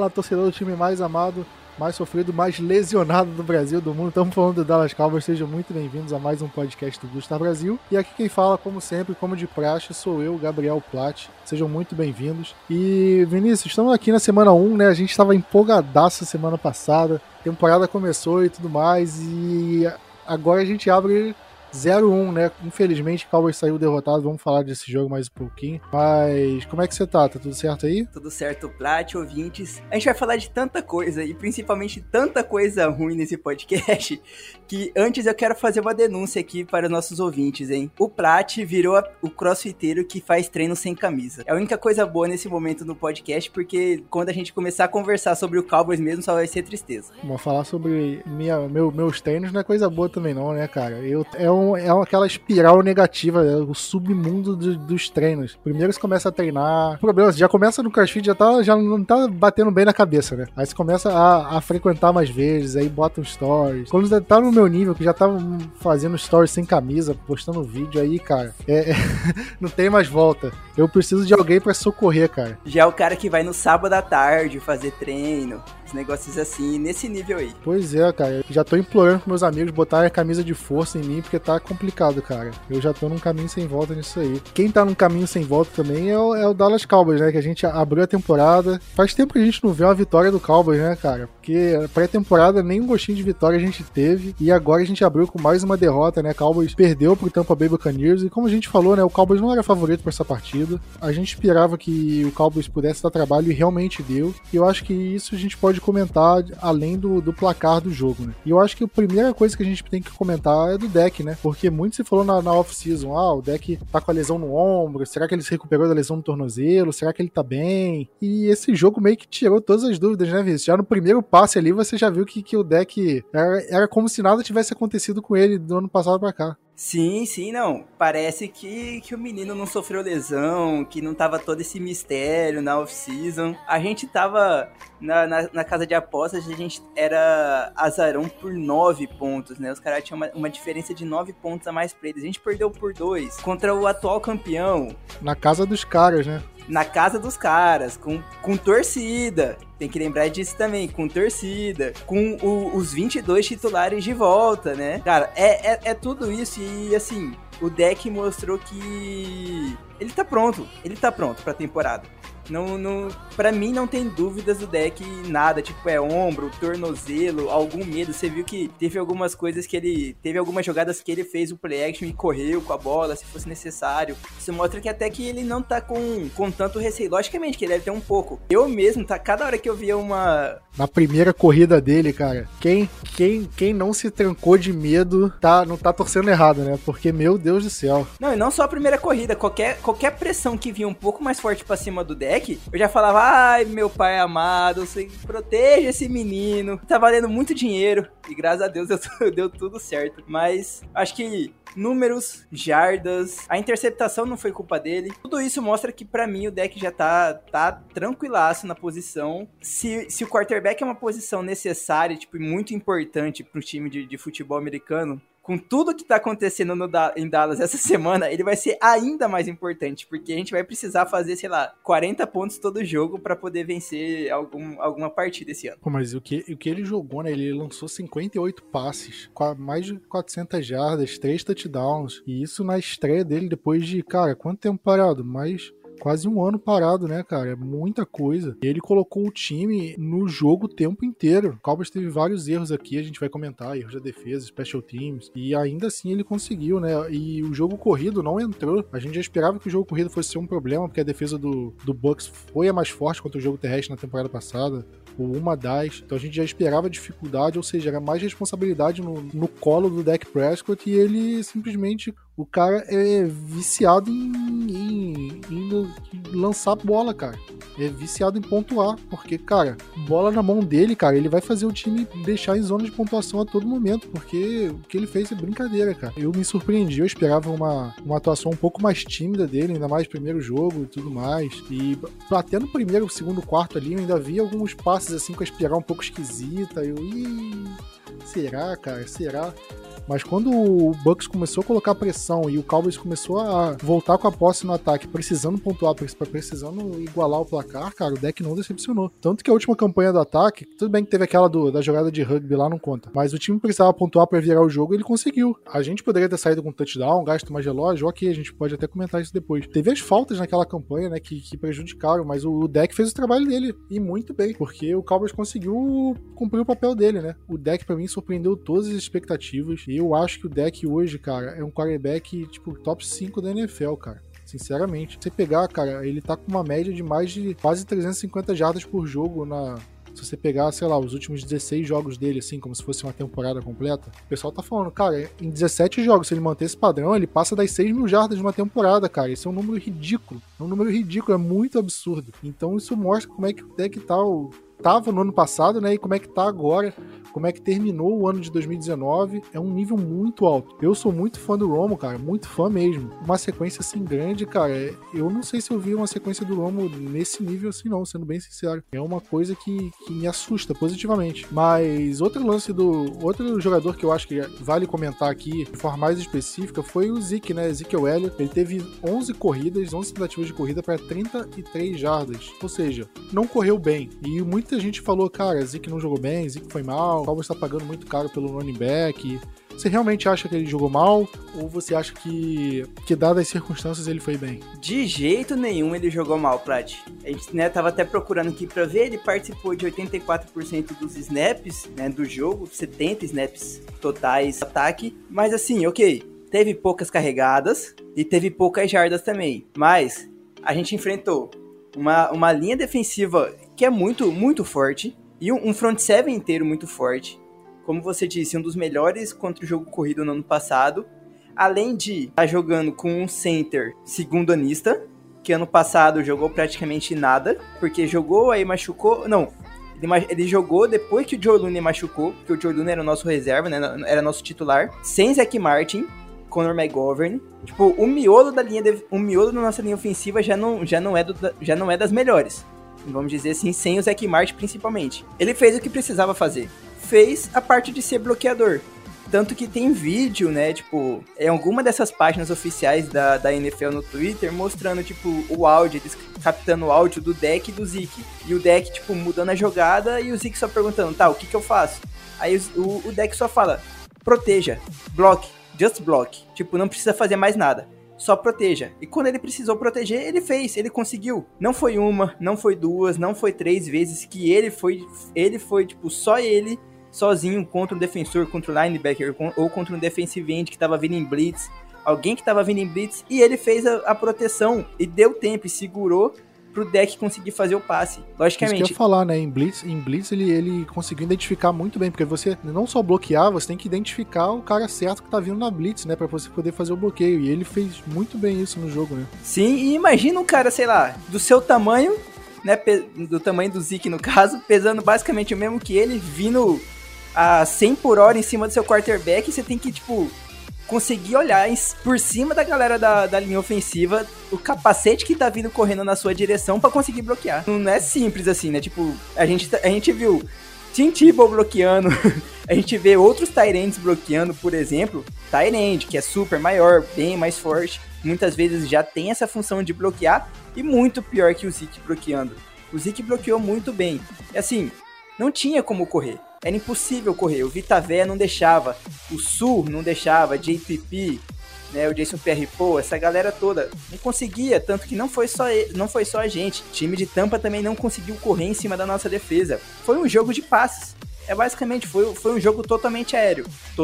Fala, torcedor do time mais amado, mais sofrido, mais lesionado do Brasil, do mundo. Estamos falando do Dallas Cowboys. Sejam muito bem-vindos a mais um podcast do Blue Star Brasil. E aqui quem fala, como sempre, como de praxe, sou eu, Gabriel Platt. Sejam muito bem-vindos. E, Vinícius, estamos aqui na semana 1, né? A gente estava empolgadaço semana passada. A temporada começou e tudo mais. E agora a gente abre 0-1, né? Infelizmente o Cowboys saiu derrotado. Vamos falar desse jogo mais um pouquinho. Mas como é que você tá? Tá tudo certo aí? Tudo certo, Plat, ouvintes. A gente vai falar de tanta coisa e principalmente tanta coisa ruim nesse podcast que antes eu quero fazer uma denúncia aqui para os nossos ouvintes, hein? O Plat virou o crossfiteiro que faz treino sem camisa. É a única coisa boa nesse momento no podcast, porque quando a gente começar a conversar sobre o Cowboys mesmo, só vai ser tristeza. Vamos falar sobre meus treinos não é coisa boa também não, né, cara? É aquela espiral negativa, o submundo dos treinos. Primeiro você começa a treinar, o problema, você já começa no CrossFit, já não tá batendo bem na cabeça, né? Aí você começa a frequentar mais vezes, aí bota um stories. Quando você tá no meu nível, que já tava fazendo stories sem camisa, postando vídeo aí, cara, não tem mais volta. Eu preciso de alguém pra socorrer, cara. Já é o cara que vai no sábado à tarde fazer treino, os negócios assim, nesse nível aí. Pois é, cara. Eu já tô implorando com meus amigos botarem a camisa de força em mim, porque tá complicado, cara. Eu já tô num caminho sem volta nisso aí. Quem tá num caminho sem volta também é o Dallas Cowboys, né? Que a gente abriu a temporada. Faz tempo que a gente não vê uma vitória do Cowboys, né, cara? Porque pré-temporada nem um gostinho de vitória a gente teve. E agora a gente abriu com mais uma derrota, né? Cowboys perdeu pro Tampa Bay Buccaneers. E como a gente falou, né? O Cowboys não era favorito pra essa partida. A gente esperava que o Cowboys pudesse dar trabalho e realmente deu. E eu acho que isso a gente pode comentar além do placar do jogo, né? E eu acho que a primeira coisa que a gente tem que comentar é do deck, né? Porque muito se falou na off-season, o deck tá com a lesão no ombro, será que ele se recuperou da lesão no tornozelo, será que ele tá bem? E esse jogo meio que tirou todas as dúvidas, né, Vinícius? Já no primeiro passe ali, você já viu que o deck era como se nada tivesse acontecido com ele do ano passado pra cá. Sim, não. Parece que o menino não sofreu lesão, que não tava todo esse mistério na off-season. A gente tava na casa de apostas, a gente era azarão por 9 pontos, né? Os caras tinham uma diferença de 9 pontos a mais pra eles. A gente perdeu por 2 contra o atual campeão. Na casa dos caras, né? Na casa dos caras, com torcida. Tem que lembrar disso também, com torcida, com os 22 titulares de volta, né? Cara, é tudo isso e, assim, o deck mostrou que ele tá pronto pra temporada. Pra mim não tem dúvidas do deck, nada, tipo ombro, tornozelo, algum medo. Você viu que teve algumas coisas teve algumas jogadas que ele fez o play action e correu com a bola, se fosse necessário. Isso mostra que até que ele não tá com tanto receio. Logicamente que ele deve ter um pouco. Eu mesmo, cada hora que eu via na primeira corrida dele, cara, quem não se trancou de medo, não tá torcendo errado, né? Porque, meu Deus do céu. Não, e não só a primeira corrida, qualquer pressão que vinha um pouco mais forte pra cima do deck, eu já falava, ai, meu pai amado, você proteja esse menino, tá valendo muito dinheiro, e graças a Deus deu tudo certo. Mas acho que números, jardas, a interceptação não foi culpa dele. Tudo isso mostra que pra mim o deck já tá tranquilaço na posição. Se o quarterback é uma posição necessária, tipo, muito importante pro time de futebol americano, com tudo que tá acontecendo em Dallas essa semana, ele vai ser ainda mais importante, porque a gente vai precisar fazer, sei lá, 40 pontos todo jogo pra poder vencer alguma partida esse ano. Pô, mas o que ele jogou, né? Ele lançou 58 passes, mais de 400 jardas, 3 touchdowns, e isso na estreia dele depois de, cara, quanto tempo parado? Mais quase um ano parado, né, cara? É muita coisa. E ele colocou o time no jogo o tempo inteiro. O Cowboys teve vários erros aqui, a gente vai comentar, erros da defesa, special teams, e ainda assim ele conseguiu, né? E o jogo corrido não entrou. A gente já esperava que o jogo corrido fosse ser um problema, porque a defesa do Bucs foi a mais forte contra o jogo terrestre na temporada passada, ou uma das. Então a gente já esperava dificuldade, ou seja, era mais responsabilidade no colo do Dak Prescott, e ele simplesmente... O cara é viciado em lançar bola, cara. É viciado em pontuar, porque, cara, bola na mão dele, cara, ele vai fazer o time deixar em zona de pontuação a todo momento, porque o que ele fez é brincadeira, cara. Eu me surpreendi, eu esperava uma atuação um pouco mais tímida dele, ainda mais no primeiro jogo e tudo mais. E até no primeiro, segundo, quarto ali, eu ainda vi alguns passes assim com a espiral um pouco esquisita. Será, cara? Será? Mas quando o Bucks começou a colocar pressão e o Cowboys começou a voltar com a posse no ataque, precisando pontuar, precisando igualar o placar, cara, o deck não decepcionou. Tanto que a última campanha do ataque, tudo bem que teve aquela da jogada de rugby lá, não conta, mas o time precisava pontuar pra virar o jogo e ele conseguiu. A gente poderia ter saído com um touchdown, gasto mais relógio, ok, a gente pode até comentar isso depois. Teve as faltas naquela campanha, né, que prejudicaram, mas o deck fez o trabalho dele, e muito bem, porque o Cowboys conseguiu cumprir o papel dele, né. O deck, pra mim, surpreendeu todas as expectativas, e eu acho que o deck hoje, cara, é um quarterback, tipo, top 5 da NFL, cara. Sinceramente. Você pegar, cara, ele tá com uma média de mais de quase 350 jardas por jogo Se você pegar, sei lá, os últimos 16 jogos dele, assim, como se fosse uma temporada completa, o pessoal tá falando, cara, em 17 jogos, se ele manter esse padrão, ele passa das 6 mil jardas de uma temporada, cara. Isso é um número ridículo. É um número ridículo, é muito absurdo. Então isso mostra como é que o deck tava no ano passado, né, e como é que tá agora, como é que terminou o ano de 2019, é um nível muito alto. Eu sou muito fã do Romo, cara, muito fã mesmo. Uma sequência assim grande, cara, eu não sei se eu vi uma sequência do Romo nesse nível assim não, sendo bem sincero. É uma coisa que me assusta positivamente. Mas outro jogador que eu acho que vale comentar aqui, de forma mais específica, foi o Zeke, né, Ezekiel Elliott. Ele teve 11 tentativas de corrida para 33 jardas, ou seja, não correu bem. E muita gente falou, cara, Zeke não jogou bem, Zeke foi mal, o Cowboys tá pagando muito caro pelo running back. Você realmente acha que ele jogou mal? Ou você acha que dadas as circunstâncias, ele foi bem? De jeito nenhum ele jogou mal, Plat. A gente, né, tava até procurando aqui pra ver, ele participou de 84% dos snaps, né, do jogo, 70 snaps totais ataque, mas assim, ok, teve poucas carregadas e teve poucas jardas também, mas a gente enfrentou uma linha defensiva que é muito, muito forte, e um front seven inteiro muito forte. Como você disse, um dos melhores contra o jogo corrido no ano passado. Além de estar jogando com um center segundo-anista, que ano passado jogou praticamente nada, porque jogou, aí machucou. Não, ele jogou depois que o Joe Looney machucou, porque o Joe Looney era o nosso reserva, né, era nosso titular. Sem Zach Martin, Connor McGovern. Tipo, o miolo da nossa linha ofensiva já não é das melhores. Vamos dizer assim, sem o Zach Martin principalmente. Ele fez o que precisava fazer. Fez a parte de ser bloqueador. Tanto que tem vídeo, né, tipo, em alguma dessas páginas oficiais da NFL no Twitter, mostrando, tipo, o áudio, eles captando o áudio do deck e do Zeke. E o deck, tipo, mudando a jogada e o Zeke só perguntando, tá, o que eu faço? Aí o deck só fala, proteja, bloque, just block. Tipo, não precisa fazer mais nada. Só proteja. E quando ele precisou proteger, ele fez, ele conseguiu. Não foi uma, não foi duas, não foi 3 vezes que ele foi tipo, só ele, sozinho, contra um defensor, contra um linebacker, ou contra um defensive end que tava vindo em blitz, alguém que tava vindo em blitz, e ele fez a proteção, e deu tempo, e segurou pro deck conseguir fazer o passe. Logicamente. Isso que eu ia falar, né? Em Blitz ele conseguiu identificar muito bem, porque você não só bloquear, você tem que identificar o cara certo que tá vindo na Blitz, né? Pra você poder fazer o bloqueio. E ele fez muito bem isso no jogo, né? Sim, e imagina um cara, sei lá, do seu tamanho, né? Do tamanho do Zeke, no caso, pesando basicamente o mesmo que ele, vindo a 100 por hora em cima do seu quarterback, e você tem que, tipo, conseguir olhar por cima da galera da linha ofensiva, o capacete que tá vindo correndo na sua direção pra conseguir bloquear. Não é simples assim, né? Tipo, a gente viu Tim Tebow bloqueando, a gente vê outros tight ends bloqueando, por exemplo, tight end, que é super maior, bem mais forte, muitas vezes já tem essa função de bloquear, e muito pior que o Zeke bloqueando. O Zeke bloqueou muito bem. E assim, não tinha como correr. Era impossível correr, o Vita Vea não deixava, o Sul não deixava, JPP, né, o Jason Pierre-Paul, essa galera toda não conseguia, tanto que não foi só a gente, o time de Tampa também não conseguiu correr em cima da nossa defesa. Foi um jogo de passes, basicamente foi um jogo totalmente aéreo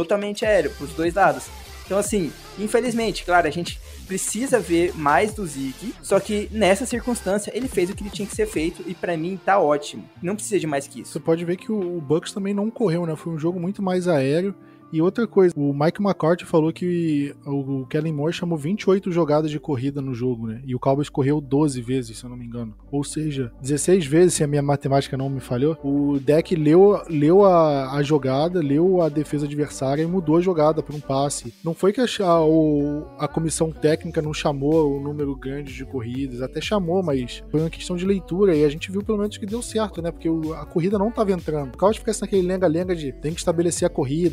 pros dois lados. Então assim, infelizmente, claro, a gente precisa ver mais do Zeke, só que nessa circunstância ele fez o que ele tinha que ser feito e pra mim tá ótimo, não precisa de mais que isso. Você pode ver que o Bucks também não correu, né? Foi um jogo muito mais aéreo. E outra coisa, o Mike McCarthy falou que o Kellen Moore chamou 28 jogadas de corrida no jogo, né? E o Cowboys correu 12 vezes, se eu não me engano. Ou seja, 16 vezes, se a minha matemática não me falhou. O deck leu a jogada, leu a defesa adversária e mudou a jogada para um passe. Não foi que a comissão técnica não chamou o número grande de corridas, até chamou, mas foi uma questão de leitura e a gente viu pelo menos que deu certo, né? Porque a corrida não estava entrando. O Cowboys ficasse naquele lenga-lenga de tem que estabelecer a corrida, correr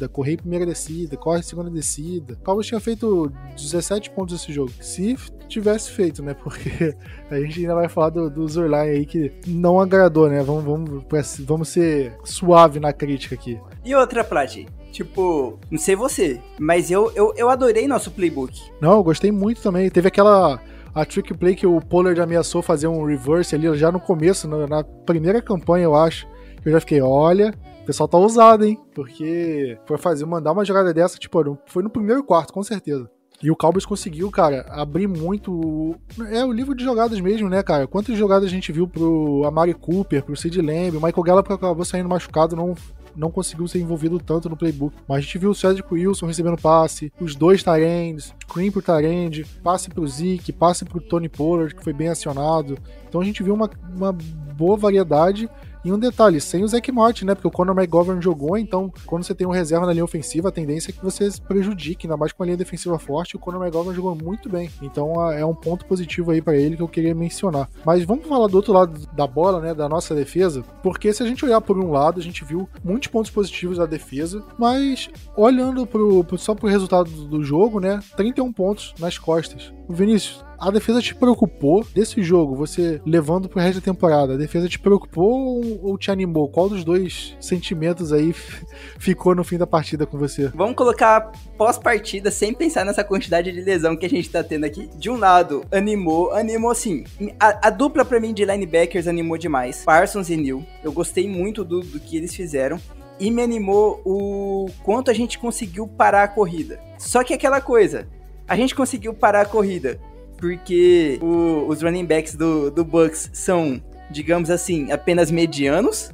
primeira descida, corre a segunda descida. O Cowboys tinha feito 17 pontos nesse jogo. Se tivesse feito, né? Porque a gente ainda vai falar do Zurline aí que não agradou, né? Vamos ser suave na crítica aqui. E outra, Plat, tipo, não sei você, mas eu adorei nosso playbook. Não, eu gostei muito também. Teve a trick play que o Pollard ameaçou fazer um reverse ali já no começo, na primeira campanha, eu acho. Eu já fiquei, olha, o pessoal tá ousado, hein? Porque mandar uma jogada dessa, tipo, foi no primeiro quarto, com certeza. E o Cowboys conseguiu, cara, abrir muito o livro de jogadas mesmo, né, cara? Quantas jogadas a gente viu pro Amari Cooper, pro Sid Lamb, o Michael Gallup acabou saindo machucado, não conseguiu ser envolvido tanto no playbook. Mas a gente viu o Cedric Wilson recebendo passe, os dois tight ends, screen pro tight end, passe pro Zeke, passe pro Tony Pollard, que foi bem acionado. Então a gente viu uma boa variedade. E um detalhe, sem o Zach Martin, né? Porque o Conor McGovern jogou, então quando você tem um reserva na linha ofensiva, a tendência é que você se prejudique, ainda mais com uma linha defensiva forte. O Conor McGovern jogou muito bem. Então é um ponto positivo aí pra ele que eu queria mencionar. Mas vamos falar do outro lado da bola, né? Da nossa defesa. Porque se a gente olhar por um lado, a gente viu muitos pontos positivos da defesa. Mas olhando só pro resultado do jogo, né? 31 pontos nas costas. O Vinícius, a defesa te preocupou desse jogo, você levando pro resto da temporada? A defesa te preocupou ou te animou? Qual dos dois sentimentos aí ficou no fim da partida com você? Vamos colocar pós-partida sem pensar nessa quantidade de lesão que a gente tá tendo aqui. De um lado, animou sim. A dupla pra mim de linebackers animou demais. Parsons e Neal. Eu gostei muito do que eles fizeram. E me animou o quanto a gente conseguiu parar a corrida. Só que aquela coisa, a gente conseguiu parar a corrida porque os running backs do Bucks são, digamos assim, apenas medianos.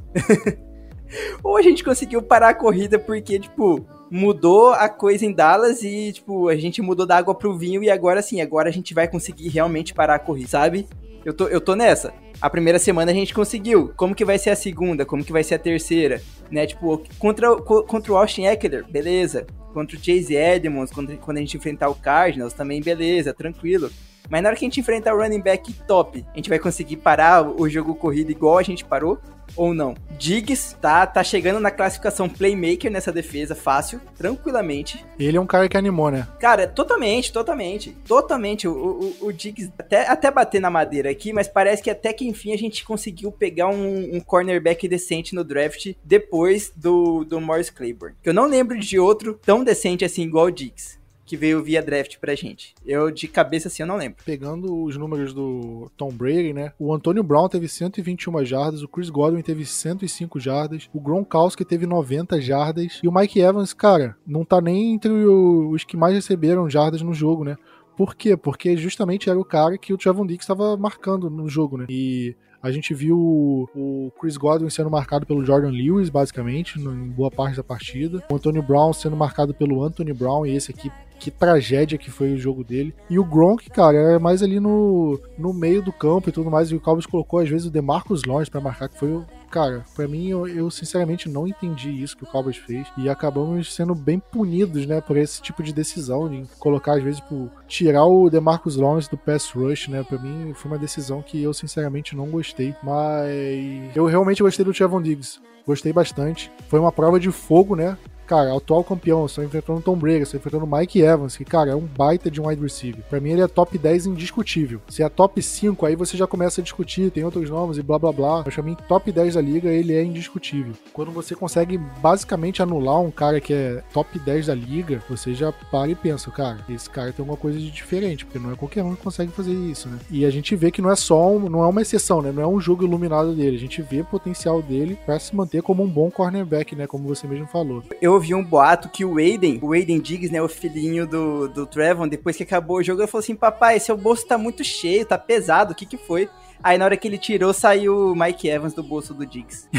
Ou a gente conseguiu parar a corrida porque, tipo, mudou a coisa em Dallas e, tipo, a gente mudou da água pro vinho e agora sim, agora a gente vai conseguir realmente parar a corrida, sabe? Eu tô nessa. A primeira semana a gente conseguiu. Como que vai ser a segunda? Como que vai ser a terceira? Né? Tipo, contra o Austin Eckler, beleza. Contra o Chase Edmonds, quando a gente enfrentar o Cardinals, também beleza, tranquilo. Mas na hora que a gente enfrentar o running back top, a gente vai conseguir parar o jogo corrido igual a gente parou? Ou não? Diggs tá chegando na classificação playmaker nessa defesa, fácil, tranquilamente. Ele é um cara que animou, né? Cara, totalmente. O Diggs, até bater na madeira aqui, mas parece que até que enfim a gente conseguiu pegar um cornerback decente no draft depois do Morris Claiborne. Que eu não lembro de outro tão decente assim igual o Diggs, que veio via draft pra gente. Eu, de cabeça assim, eu não lembro. Pegando os números do Tom Brady, né? O Antonio Brown teve 121 jardas, o Chris Godwin teve 105 jardas, o Gronkowski teve 90 jardas, e o Mike Evans, cara, não tá nem entre os que mais receberam jardas no jogo, né? Por quê? Porque justamente era o cara que o Trevon Diggs estava marcando no jogo, né? E a gente viu o Chris Godwin sendo marcado pelo Jordan Lewis, basicamente, em boa parte da partida. O Antonio Brown sendo marcado pelo Anthony Brown, e esse aqui, que tragédia que foi o jogo dele. E o Gronk, cara, era mais ali no meio do campo e tudo mais, e o Cowboys colocou às vezes o DeMarcus Lawrence pra marcar, que foi o... Cara, pra mim, eu sinceramente não entendi isso que o Cowboys fez, e acabamos sendo bem punidos, né, por esse tipo de decisão, de colocar às vezes, tirar o DeMarcus Lawrence do pass rush, né, pra mim foi uma decisão que eu sinceramente não gostei, mas eu realmente gostei do Trevon Diggs, gostei bastante, foi uma prova de fogo, né. Cara, atual campeão, estou enfrentando o Tom Brady, estou enfrentando o Mike Evans, que, cara, é um baita de um wide receiver. Pra mim, ele é top 10 indiscutível. Se é top 5, aí você já começa a discutir, tem outros nomes e blá blá blá. Mas pra mim, top 10 da liga, ele é indiscutível. Quando você consegue basicamente anular um cara que é top 10 da liga, você já para e pensa, cara, esse cara tem alguma coisa de diferente, porque não é qualquer um que consegue fazer isso, né? E a gente vê que não é uma exceção, né? Não é um jogo iluminado dele. A gente vê o potencial dele pra se manter como um bom cornerback, né? Como você mesmo falou. Eu ouvi um boato que o Aiden Diggs, né, o filhinho do Trevon, depois que acabou o jogo, ele falou assim, papai, seu bolso tá muito cheio, tá pesado, o que foi? Aí na hora que ele tirou, saiu o Mike Evans do bolso do Diggs.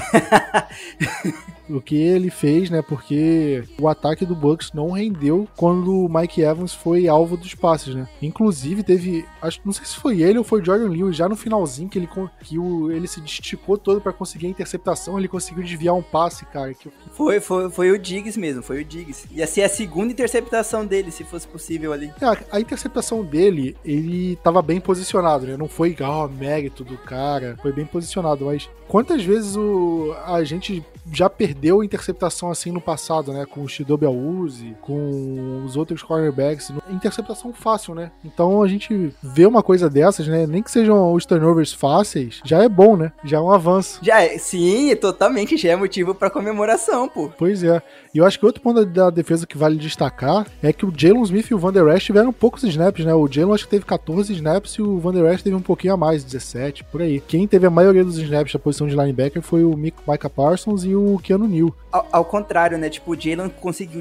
O que ele fez, né, porque o ataque do Bucks não rendeu quando o Mike Evans foi alvo dos passes, né. Inclusive teve, não sei se foi ele ou foi o Jordan Lewis, já no finalzinho que ele se esticou todo pra conseguir a interceptação, ele conseguiu desviar um passe, cara. Foi o Diggs mesmo, foi o Diggs. Ia ser a segunda interceptação dele, se fosse possível ali. A interceptação dele, ele tava bem posicionado, né, não foi mérito do cara, foi bem posicionado, mas quantas vezes a gente já perdeu interceptação assim no passado, né? Com o Chidobe Awuzie, com os outros cornerbacks. Interceptação fácil, né? Então a gente vê uma coisa dessas, né? Nem que sejam os turnovers fáceis, já é bom, né? Já é um avanço. Sim, totalmente, já é motivo pra comemoração, pô. Pois é. E eu acho que outro ponto da defesa que vale destacar é que o Jalen Smith e o Van Der Esch tiveram poucos snaps, né? O Jalen acho que teve 14 snaps e o Van Der Esch teve um pouquinho a mais, 17, por aí. Quem teve a maioria dos snaps da posição de linebacker foi o Micah Parsons e o Keanu Neal. Ao contrário, né? Tipo, o Jalen conseguiu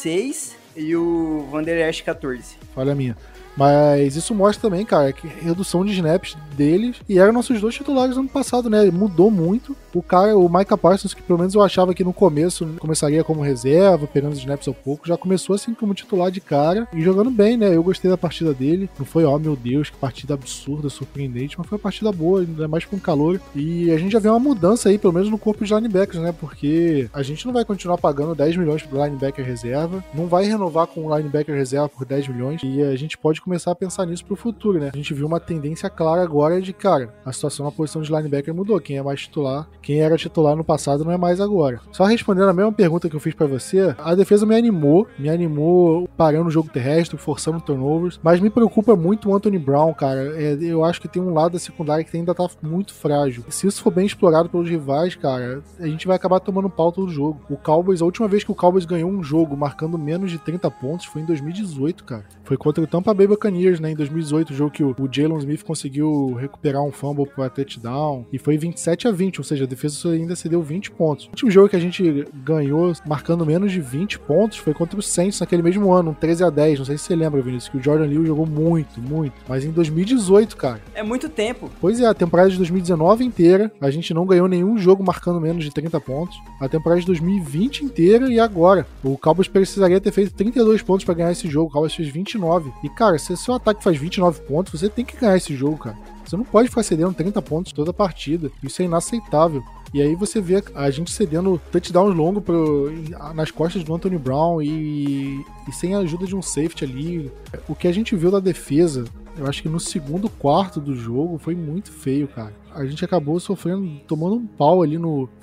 16 e o Van Der Esch 14. Falha minha. Mas isso mostra também, cara, que redução de snaps deles, e eram nossos dois titulares no ano passado, né? Mudou muito. O Micah Parsons, que pelo menos eu achava que no começo começaria como reserva, pegando os snaps ao pouco, já começou assim como titular de cara e jogando bem, né? Eu gostei da partida dele. Não foi, meu Deus, que partida absurda, surpreendente, mas foi uma partida boa, ainda mais com calor. E a gente já vê uma mudança aí, pelo menos no corpo de linebackers, né? Porque a gente não vai continuar pagando 10 milhões pro linebacker reserva, não vai renovar com o linebacker reserva por 10 milhões, e a gente pode começar a pensar nisso pro futuro, né? A gente viu uma tendência clara agora de, cara, a situação na posição de linebacker mudou. Quem é mais titular, quem era titular no passado não é mais agora. Só respondendo a mesma pergunta que eu fiz pra você, a defesa me animou parando o jogo terrestre, forçando turnovers, mas me preocupa muito o Anthony Brown, cara. Eu acho que tem um lado da secundária que ainda tá muito frágil. Se isso for bem explorado pelos rivais, cara, a gente vai acabar tomando pau todo jogo. O Cowboys, a última vez que o Cowboys ganhou um jogo marcando menos de 30 pontos foi em 2018, cara. Foi contra o Tampa Bay Buccaneers, né, em 2018, o jogo que o Jalen Smith conseguiu recuperar um fumble para touchdown, e foi 27-20, ou seja, a defesa ainda cedeu 20 pontos. O último jogo que a gente ganhou marcando menos de 20 pontos foi contra o Saints naquele mesmo ano, um 13-10, não sei se você lembra, Vinícius, que o Jordan Lewis jogou muito, mas em 2018, cara. É muito tempo. Pois é, a temporada de 2019 inteira, a gente não ganhou nenhum jogo marcando menos de 30 pontos. A temporada de 2020 inteira e agora. O Cowboys precisaria ter feito 32 pontos para ganhar esse jogo, o Cowboys fez 29. E, cara, se o seu ataque faz 29 pontos, você tem que ganhar esse jogo, cara. Você não pode ficar cedendo 30 pontos toda a partida. Isso é inaceitável. E aí você vê a gente cedendo touchdowns longos nas costas do Anthony Brown e sem a ajuda de um safety ali. O que a gente viu da defesa, eu acho que no segundo quarto do jogo foi muito feio, cara. A gente acabou tomando um pau ali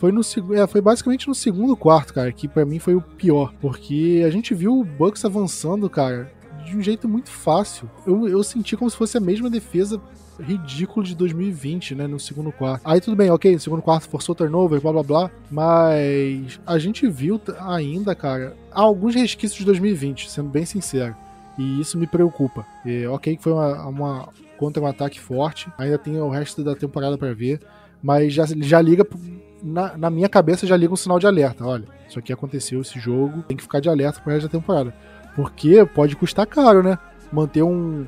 foi basicamente no segundo quarto, cara, que pra mim foi o pior. Porque a gente viu o Bucks avançando, cara, de um jeito muito fácil. Eu senti como se fosse a mesma defesa ridícula de 2020, né, no segundo quarto. Aí tudo bem, ok, no segundo quarto forçou turnover, blá blá blá, mas a gente viu ainda, cara, alguns resquícios de 2020, sendo bem sincero, e isso me preocupa. Ok que foi uma contra-ataque forte, ainda tem o resto da temporada pra ver, mas já liga, na minha cabeça já liga um sinal de alerta. Olha, isso aqui aconteceu, esse jogo, tem que ficar de alerta pro resto da temporada. Porque pode custar caro, né? Manter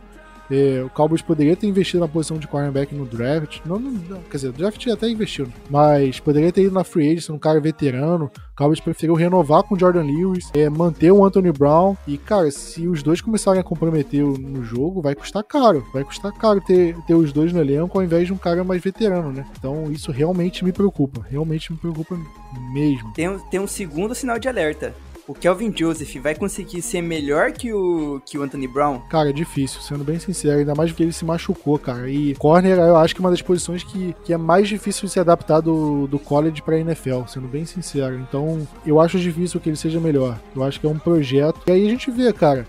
o Cowboys poderia ter investido na posição de cornerback no draft. Quer dizer, o draft até investiu, mas poderia ter ido na free agency, um cara veterano. O Cowboys preferiu renovar com o Jordan Lewis, manter o Anthony Brown. E, cara, se os dois começarem a comprometer no jogo, vai custar caro. Vai custar caro ter os dois no elenco ao invés de um cara mais veterano, né? Então isso realmente me preocupa. Realmente me preocupa mesmo. Tem um segundo sinal de alerta. O Kelvin Joseph vai conseguir ser melhor que o Anthony Brown? Cara, é difícil, sendo bem sincero, ainda mais porque ele se machucou, cara. E corner, eu acho que é uma das posições que é mais difícil de se adaptar do college pra NFL, sendo bem sincero. Então, eu acho difícil que ele seja melhor. Eu acho que é um projeto. E aí a gente vê, cara,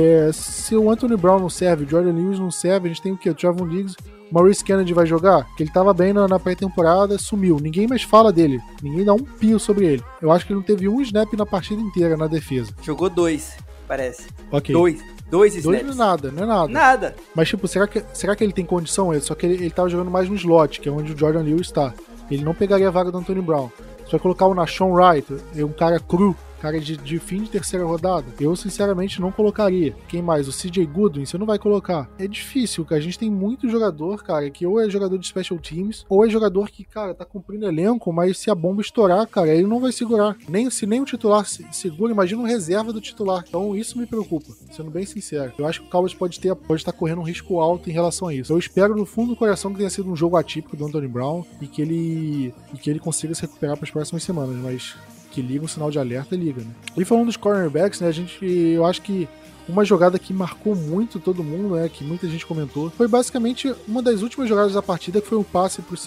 se o Anthony Brown não serve, o Jordan Lewis não serve, a gente tem o quê? O Trevon Diggs. Maurice Kennedy vai jogar? Porque ele tava bem na pré-temporada, sumiu. Ninguém mais fala dele. Ninguém dá um pio sobre ele. Eu acho que ele não teve um snap na partida inteira na defesa. Jogou 2, parece. Ok. Dois snaps. Não é nada. Nada. Mas, tipo, será que ele tem condição? Só que ele tava jogando mais no slot, que é onde o Jordan Lewis tá. Ele não pegaria a vaga do Anthony Brown. Você vai colocar o Nahshon Wright, um cara cru, cara de fim de terceira rodada, eu sinceramente não colocaria. Quem mais? O CJ Goodwin, você não vai colocar. É difícil, cara. A gente tem muito jogador, cara, que ou é jogador de special teams, ou é jogador que, cara, tá cumprindo elenco, mas se a bomba estourar, cara, ele não vai segurar. Se nem o titular segura, imagina um reserva do titular. Então isso me preocupa, sendo bem sincero. Eu acho que o Cowboys pode estar correndo um risco alto em relação a isso. Eu espero no fundo do coração que tenha sido um jogo atípico do Anthony Brown e que ele consiga se recuperar para as próximas semanas, mas que liga um sinal de alerta, liga, né? E falando dos cornerbacks, né, eu acho que uma jogada que marcou muito todo mundo, né, que muita gente comentou, foi basicamente uma das últimas jogadas da partida, que foi um passe pro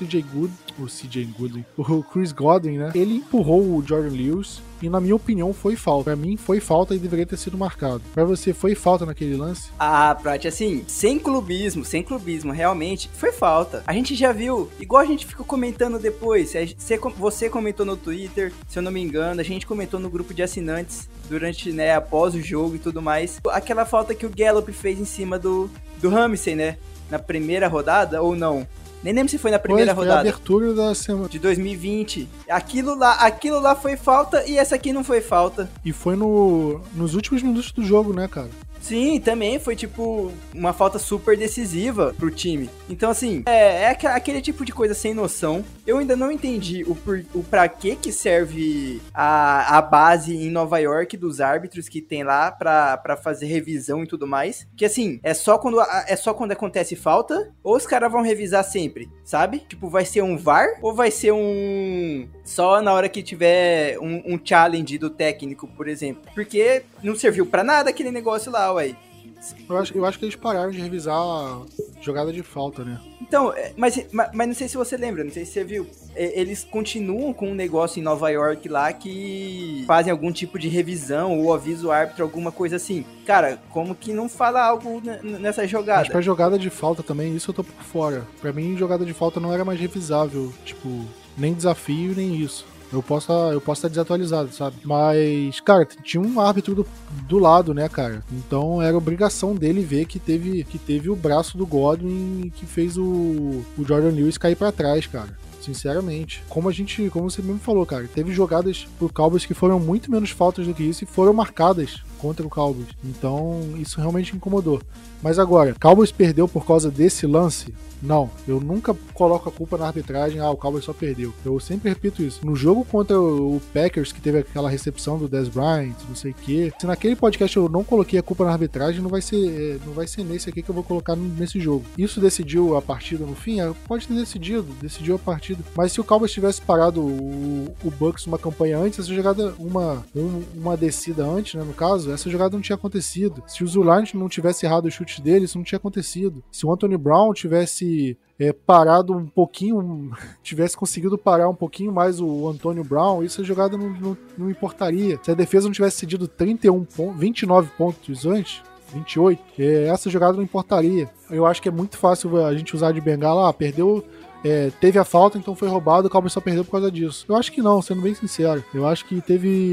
o Chris Godwin, né? Ele empurrou o Jordan Lewis e, na minha opinião, foi falta. Pra mim, foi falta e deveria ter sido marcado. Pra você, foi falta naquele lance? Ah, Prat, assim, sem clubismo, realmente, foi falta. A gente já viu, igual a gente ficou comentando depois, você comentou no Twitter, se eu não me engano, a gente comentou no grupo de assinantes durante, né, após o jogo e tudo mais, aquela falta que o Gallup fez em cima do Ramsey, né, na primeira rodada, ou não? Nem lembro se foi na primeira rodada. Foi a abertura da semana de 2020. Aquilo lá foi falta e essa aqui não foi falta. E foi nos últimos minutos do jogo, né, cara? Sim, também foi, tipo, uma falta super decisiva pro time. Então, assim, é aquele tipo de coisa sem noção. Eu ainda não entendi o pra que serve a base em Nova York dos árbitros que tem lá pra fazer revisão e tudo mais. Que, assim, é só quando acontece falta, ou os caras vão revisar sempre, sabe? Tipo, vai ser um VAR ou vai ser só na hora que tiver um challenge do técnico, por exemplo. Porque não serviu pra nada aquele negócio lá, ué. Eu acho que eles pararam de revisar a jogada de falta, né? Então, mas não sei se você lembra, não sei se você viu. Eles continuam com um negócio em Nova York lá que fazem algum tipo de revisão ou avisa o árbitro, alguma coisa assim. Cara, como que não fala algo nessa jogada? Mas pra jogada de falta também, isso eu tô por fora. Pra mim, jogada de falta não era mais revisável. Tipo, nem desafio, nem isso. Eu posso estar desatualizado, sabe? Mas, cara, tinha um árbitro do lado, né, cara? Então era obrigação dele ver que teve o braço do Godwin que fez o Jordan Lewis cair pra trás, cara. Sinceramente. Como você mesmo falou, cara, teve jogadas pro Cowboys que foram muito menos faltas do que isso e foram marcadas contra o Cowboys. Então, isso realmente incomodou. Mas agora, Cowboys perdeu por causa desse lance? Não, eu nunca coloco a culpa na arbitragem, o Cowboys só perdeu. Eu sempre repito isso. No jogo contra o Packers, que teve aquela recepção do Dez Bryant, não sei o quê, se naquele podcast eu não coloquei a culpa na arbitragem, não vai ser nesse aqui que eu vou colocar nesse jogo. Isso decidiu a partida no fim? Pode ter decidiu a partida. Mas se o Cowboys tivesse parado o Bucks numa campanha antes, essa jogada, uma descida antes, né, no caso, essa jogada não tinha acontecido. Se o Zuline não tivesse errado os chutes dele, isso não tinha acontecido. Se o Anthony Brown tivesse parado um pouquinho, tivesse conseguido parar um pouquinho mais o Antonio Brown, isso a jogada não importaria. Se a defesa não tivesse cedido 29 pontos antes, 28, essa jogada não importaria. Eu acho que é muito fácil a gente usar de bengala, perdeu, teve a falta, então foi roubado, o Cowboys só perdeu por causa disso. Eu acho que não, sendo bem sincero. Eu acho que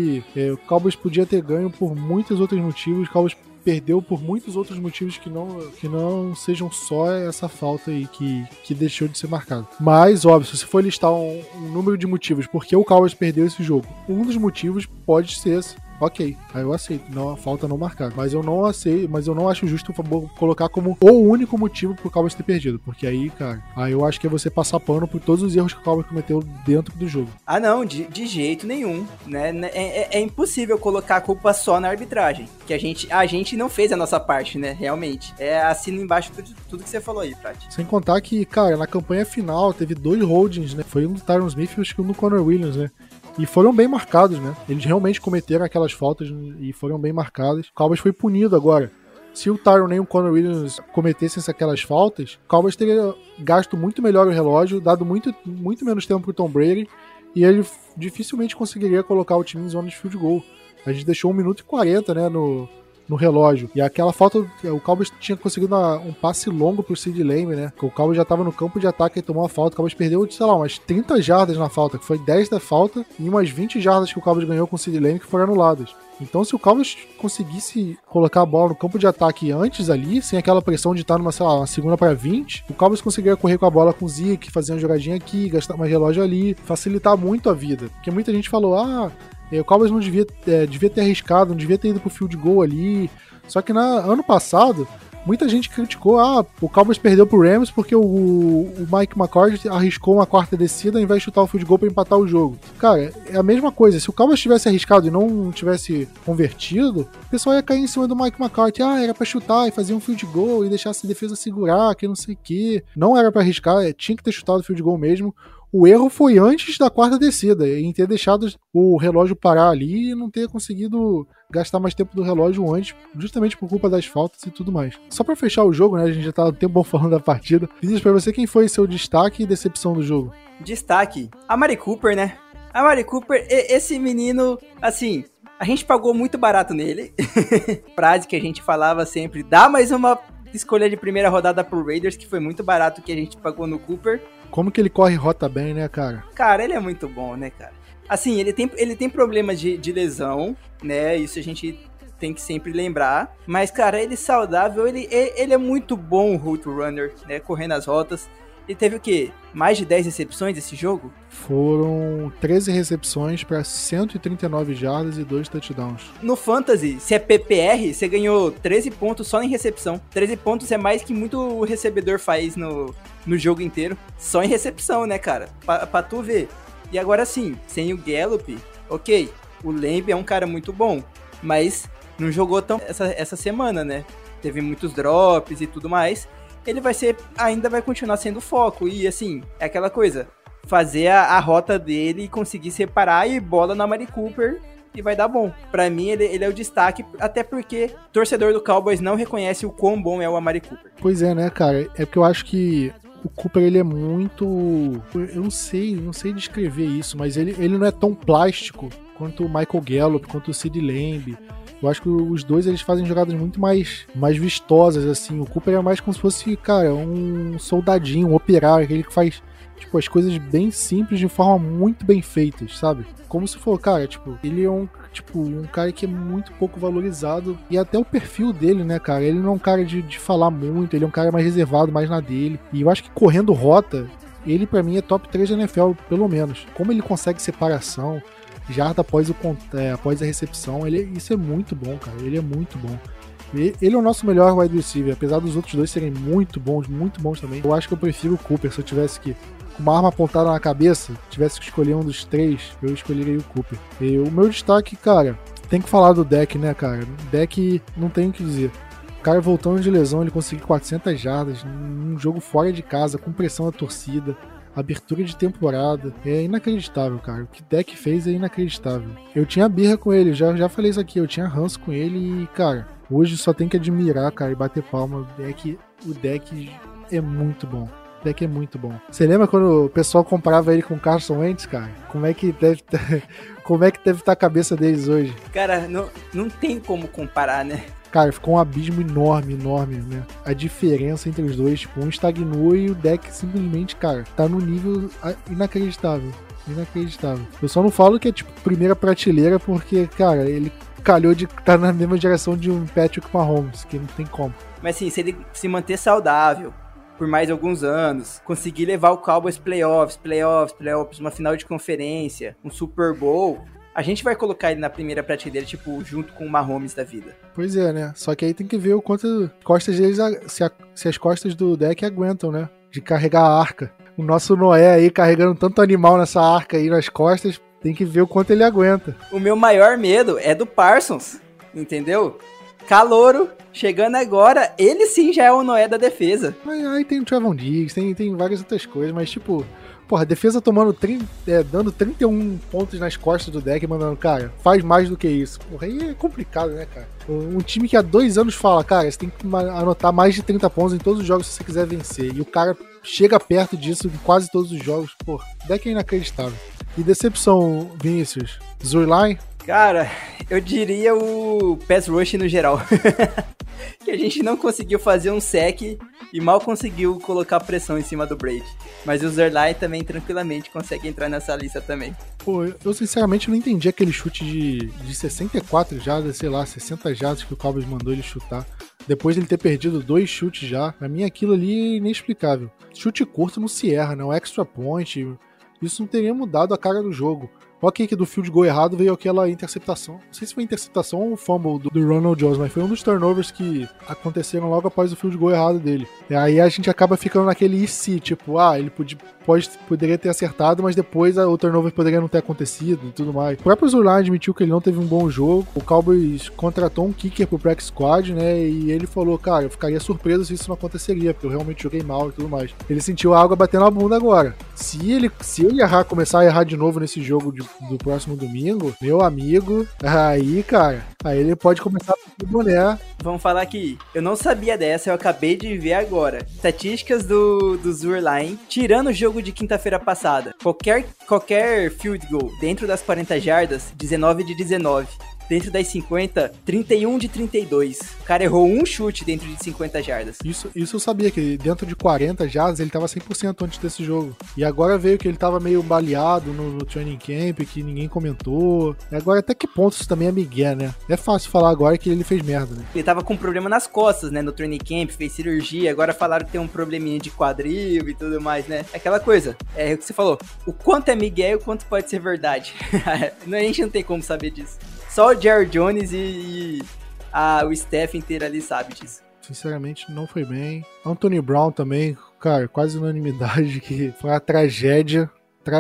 o Cowboys podia ter ganho por muitos outros motivos, o Cowboys perdeu por muitos outros motivos que não sejam só essa falta aí que deixou de ser marcada. Mas, óbvio, se você for listar um número de motivos por que o Cowboys perdeu esse jogo, um dos motivos pode ser esse. Ok, aí eu aceito, não, a falta não marcada. Mas eu não acho justo colocar como o único motivo pro Cowboys ter perdido. Porque aí, cara, eu acho que é você passar pano por todos os erros que o Cowboys cometeu dentro do jogo. Ah, não, de jeito nenhum, né? É impossível colocar a culpa só na arbitragem. Que a gente não fez a nossa parte, né? Realmente. Assina embaixo tudo que você falou aí, Prati. Sem contar que, cara, na campanha final teve 2 holdings, né? Foi um do Tyron Smith e acho que um do Connor Williams, né? E foram bem marcados, né? Eles realmente cometeram aquelas faltas e foram bem marcadas. O Cowboys foi punido agora. Se o Tyron nem o Connor Williams cometessem aquelas faltas, o Cowboys teria gasto muito melhor o relógio, dado muito, muito menos tempo pro Tom Brady, e ele dificilmente conseguiria colocar o time em zona de field goal. A gente deixou 1 minuto e 40, né, no relógio. E aquela falta, o Cowboys tinha conseguido um passe longo pro Sid Lamb, né? O Cowboys já tava no campo de ataque e tomou a falta. O Cowboys perdeu, sei lá, umas 30 jardas na falta, que foi 10 da falta, e umas 20 jardas que o Cowboys ganhou com o Sid Lamb que foram anuladas. Então, se o Cowboys conseguisse colocar a bola no campo de ataque antes ali, sem aquela pressão de estar numa, sei lá, uma segunda para 20, o Cowboys conseguiria correr com a bola com o Zeke, fazer uma jogadinha aqui, gastar mais relógio ali, facilitar muito a vida. Porque muita gente falou, o Cowboys não devia ter arriscado, não devia ter ido pro field goal ali. Só que ano passado, muita gente criticou, o Cowboys perdeu pro Rams porque o Mike McCarthy arriscou uma quarta descida ao invés de chutar o field goal pra empatar o jogo. Cara, é a mesma coisa. Se o Cowboys tivesse arriscado e não tivesse convertido, o pessoal ia cair em cima do Mike McCarthy. Era pra chutar e fazer um field goal e deixar a defesa segurar, que não sei o quê. Não era pra arriscar, tinha que ter chutado o field goal mesmo. O erro foi antes da quarta descida, em ter deixado o relógio parar ali e não ter conseguido gastar mais tempo do relógio antes, justamente por culpa das faltas e tudo mais. Só pra fechar o jogo, né, a gente já tá um tempo bom falando da partida. Diz pra você quem foi seu destaque e decepção do jogo. Destaque, a Mari Cooper, né? A Mari Cooper, esse menino, assim, a gente pagou muito barato nele. Frase que a gente falava sempre, dá mais uma escolha de primeira rodada pro Raiders, que foi muito barato que a gente pagou no Cooper. Como que ele corre rota bem, né, cara? Cara, ele é muito bom, né, cara? Assim, ele tem problemas de lesão, né? Isso a gente tem que sempre lembrar. Mas, cara, ele saudável, ele é muito bom route runner, né? Correndo as rotas. Ele teve o quê? Mais de 10 recepções esse jogo? Foram 13 recepções para 139 jardas e 2 touchdowns. No Fantasy, se é PPR, você ganhou 13 pontos só em recepção. 13 pontos é mais que muito recebedor faz no jogo inteiro. Só em recepção, né, cara? Pra tu ver. E agora sim, sem o Gallup, ok, o Lamb é um cara muito bom, mas não jogou tão essa semana, né? Teve muitos drops e tudo mais. Ele ainda vai continuar sendo foco. E assim, é aquela coisa, fazer a rota dele e conseguir separar e bola na Mari Cooper e vai dar bom. Pra mim, ele é o destaque, até porque o torcedor do Cowboys não reconhece o quão bom é o Amari Cooper. Pois é, né, cara? É porque eu acho que o Cooper, ele é muito... Eu não sei descrever isso, mas ele não é tão plástico quanto o Michael Gallup, quanto o CeeDee Lamb. Eu acho que os dois, eles fazem jogadas muito mais vistosas, assim. O Cooper é mais como se fosse, cara, um soldadinho, um operário, aquele que faz, tipo, as coisas bem simples de forma muito bem feitas, sabe? Como se for, cara, tipo, ele é um cara que é muito pouco valorizado. E até o perfil dele, né, cara? Ele não é um cara de falar muito, ele é um cara mais reservado, mais na dele. E eu acho que correndo rota, ele pra mim é top 3 da NFL, pelo menos. Como ele consegue separação, jarda após a recepção, isso é muito bom, cara. Ele é muito bom. Ele é o nosso melhor wide receiver, apesar dos outros dois serem muito bons também. Eu acho que eu prefiro o Cooper. Se eu tivesse que, com uma arma apontada na cabeça, tivesse que escolher um dos três, eu escolheria o Cooper. E o meu destaque, cara, tem que falar do Dak, né, cara? O Dak, não tem o que dizer. O cara voltando de lesão, ele conseguiu 400 jardas num jogo fora de casa, com pressão da torcida. Abertura de temporada, é inacreditável, cara. O que o Dak fez é inacreditável. Eu tinha birra com ele, já falei isso aqui, eu tinha ranço com ele e, cara, hoje só tem que admirar, cara, e bater palma. O Dak é muito bom. O Dak é muito bom. Você lembra quando o pessoal comparava ele com o Carson Wentz, cara? Como é que deve estar a cabeça deles hoje? Cara, não tem como comparar, né? Cara, ficou um abismo enorme, né? A diferença entre os dois, tipo, um estagnou e o Dak simplesmente, cara, tá num nível inacreditável. Eu só não falo que é, tipo, primeira prateleira porque, cara, ele calhou de estar na mesma geração de um Patrick Mahomes, que não tem como. Mas assim, se ele se manter saudável por mais alguns anos, conseguir levar o Cowboys playoffs, uma final de conferência, um Super Bowl, a gente vai colocar ele na primeira prateleira, tipo, junto com o Mahomes da vida. Pois é, né? Só que aí tem que ver o quanto costas deles, se as costas do Dak aguentam, né? De carregar a arca. O nosso Noé aí carregando tanto animal nessa arca aí nas costas, tem que ver o quanto ele aguenta. O meu maior medo é do Parsons, entendeu? Calouro, chegando agora, ele sim já é o Noé da defesa. Aí tem o Trevon Diggs, tem várias outras coisas, mas tipo... Porra, a defesa tomando dando 31 pontos nas costas do Dak, mandando, cara, faz mais do que isso. Porra, aí é complicado, né, cara? Um time que há 2 anos fala, cara, você tem que anotar mais de 30 pontos em todos os jogos se você quiser vencer. E o cara chega perto disso em quase todos os jogos. Porra, Dak é inacreditável. E decepção, Vinícius? Zurline? Cara, eu diria o pass rush no geral. Que a gente não conseguiu fazer um sec e mal conseguiu colocar pressão em cima do Brady. Mas o Zerline também tranquilamente consegue entrar nessa lista também. Pô, eu sinceramente não entendi aquele chute de 64 jardas, sei lá, 60 jardas que o Cowboys mandou ele chutar. Depois de ele ter perdido 2 chutes já. Pra mim aquilo ali é inexplicável. Chute curto não se erra, né? Um extra point, isso não teria mudado a cara do jogo. Ok, que do field goal errado veio aquela interceptação. Não sei se foi interceptação ou fumble do Ronald Jones, mas foi um dos turnovers que aconteceram logo após o field goal errado dele. E aí a gente acaba ficando naquele e se, tipo, ele poderia ter acertado, mas depois o turnover poderia não ter acontecido e tudo mais. O próprio Zurline admitiu que ele não teve um bom jogo. O Cowboys contratou um kicker pro practice squad, né? E ele falou, cara, eu ficaria surpreso se isso não aconteceria, porque eu realmente joguei mal e tudo mais. Ele sentiu a água batendo na bunda agora. Se ele começar a errar de novo nesse jogo do próximo domingo, meu amigo, aí, cara, aí ele pode começar a pedir boné. Vamos falar aqui, eu não sabia dessa, eu acabei de ver agora. Estatísticas do Zurline, tirando o jogo de quinta-feira passada. Qualquer field goal dentro das 40 jardas, 19 de 19. Dentro das 50, 31 de 32. O cara errou um chute dentro de 50 jardas. Isso eu sabia, que dentro de 40 jardas ele tava 100% antes desse jogo. E agora veio que ele tava meio baleado no training camp, que ninguém comentou. E agora até que ponto isso também é migué, né? É fácil falar agora que ele fez merda, né? Ele tava com um problema nas costas, né? No training camp, fez cirurgia. Agora falaram que tem um probleminha de quadril e tudo mais, né? É aquela coisa, é o que você falou. O quanto é migué e o quanto pode ser verdade. A gente não tem como saber disso. Só o Jerry Jones e o staff inteiro ali sabe disso. Sinceramente, não foi bem. Anthony Brown também, cara, quase unanimidade, que foi uma tragédia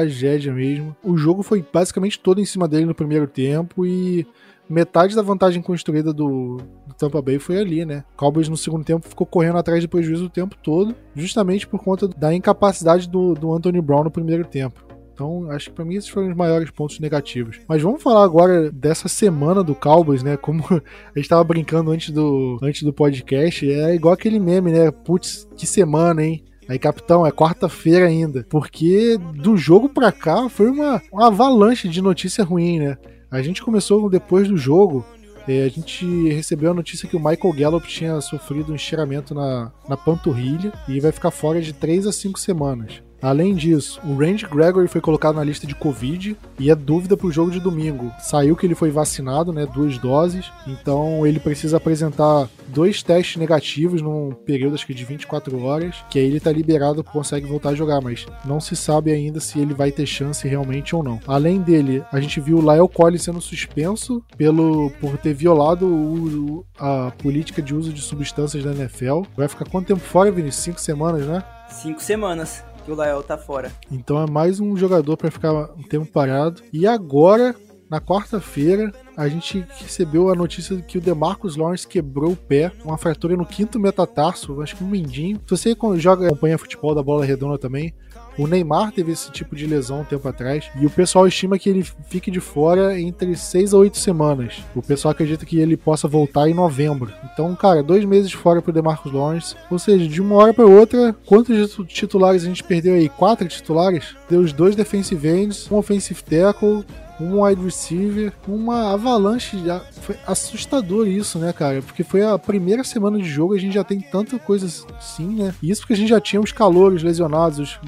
mesmo. O jogo foi basicamente todo em cima dele no primeiro tempo e metade da vantagem construída do Tampa Bay foi ali, né? O Cowboys no segundo tempo ficou correndo atrás de prejuízo o tempo todo, justamente por conta da incapacidade do Anthony Brown no primeiro tempo. Então, acho que pra mim esses foram os maiores pontos negativos. Mas vamos falar agora dessa semana do Cowboys, né? Como a gente tava brincando antes do podcast, é igual aquele meme, né? Putz, que semana, hein? Aí, capitão, é quarta-feira ainda. Porque do jogo pra cá foi uma avalanche de notícia ruim, né? A gente começou depois do jogo. A gente recebeu a notícia que o Michael Gallup tinha sofrido um estiramento na panturrilha e vai ficar fora de 3 a 5 semanas. Além disso, o Randy Gregory foi colocado na lista de Covid e é dúvida pro jogo de domingo. Saiu que ele foi vacinado, né, 2 doses, então ele precisa apresentar 2 testes negativos num período, acho que de 24 horas, que aí ele tá liberado, consegue voltar a jogar, mas não se sabe ainda se ele vai ter chance realmente ou não. Além dele, a gente viu o La'el Collins sendo suspenso por ter violado a política de uso de substâncias da NFL. Vai ficar quanto tempo fora, Vinícius? 5 semanas, né? 5 semanas. O La'el tá fora. Então é mais um jogador para ficar um tempo parado. E agora, na quarta-feira, a gente recebeu a notícia de que o DeMarcus Lawrence quebrou o pé, uma fratura no 5º metatarso, acho que um mindinho. Se você acompanha futebol da bola redonda também, o Neymar teve esse tipo de lesão um tempo atrás, e o pessoal estima que ele fique de fora entre 6 a 8 semanas. O pessoal acredita que ele possa voltar em novembro. Então, cara, 2 meses fora pro DeMarcus Lawrence. Ou seja, de uma hora para outra, quantos titulares a gente perdeu aí? 4 titulares? Deu os 2 defensive ends, um offensive tackle, um wide receiver, uma avalanche. Foi assustador isso, né, cara? Porque foi a primeira semana de jogo, a gente já tem tanta coisa assim, né? E isso porque a gente já tinha os calouros lesionados,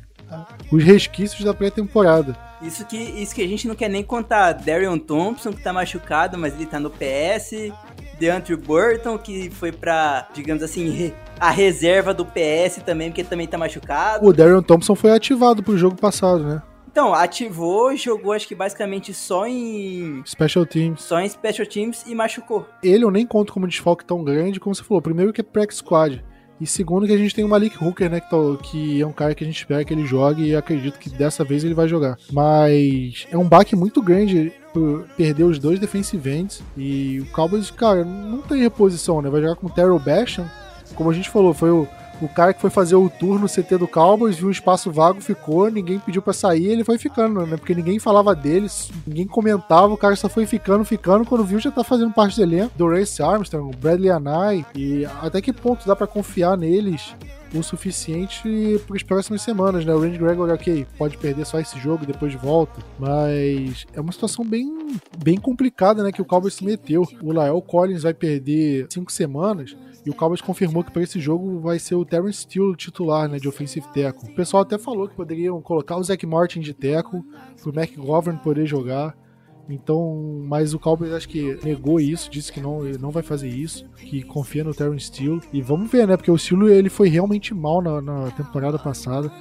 os resquícios da pré-temporada. Isso que a gente não quer nem contar. Darion Thompson, que tá machucado, mas ele tá no PS. DeAndre Burton, que foi pra, digamos assim, a reserva do PS também, porque ele também tá machucado. O Darion Thompson foi ativado pro jogo passado, né? Então, ativou e jogou, acho que basicamente só em Special Teams. Só em Special Teams e machucou. Ele eu nem conto como desfalque tão grande, como você falou. Primeiro que é practice squad. E segundo que a gente tem o Malik Hooker, né, que é um cara que a gente espera que ele jogue e acredito que dessa vez ele vai jogar. Mas é um baque muito grande por perder os 2 defensive ends. E o Cowboys, cara, não tem reposição, né? Vai jogar com o Terrell Basham. Como a gente falou, foi o cara que foi fazer o tour no CT do Cowboys, viu o espaço vago, ficou, ninguém pediu pra sair, ele foi ficando, né? Porque ninguém falava dele, ninguém comentava, o cara só foi ficando, quando viu já tá fazendo parte do elenco. Dorace Armstrong, Bradley Anai, e até que ponto dá pra confiar neles o suficiente para as próximas semanas, né? O Randy Gregory, ok, pode perder só esse jogo e depois volta, mas é uma situação bem complicada, né, que o Cowboys se meteu. O La'el Collins vai perder 5 semanas e o Cowboys confirmou que para esse jogo vai ser o Terrence Steele titular, né, de offensive tackle. O pessoal até falou que poderiam colocar o Zach Martin de tackle pro McGovern poder jogar. Então, mas o Cowboys acho que negou isso, disse que não, ele não vai fazer isso, que confia no Terrence Steele. E vamos ver, né? Porque o Steele ele foi realmente mal na temporada passada.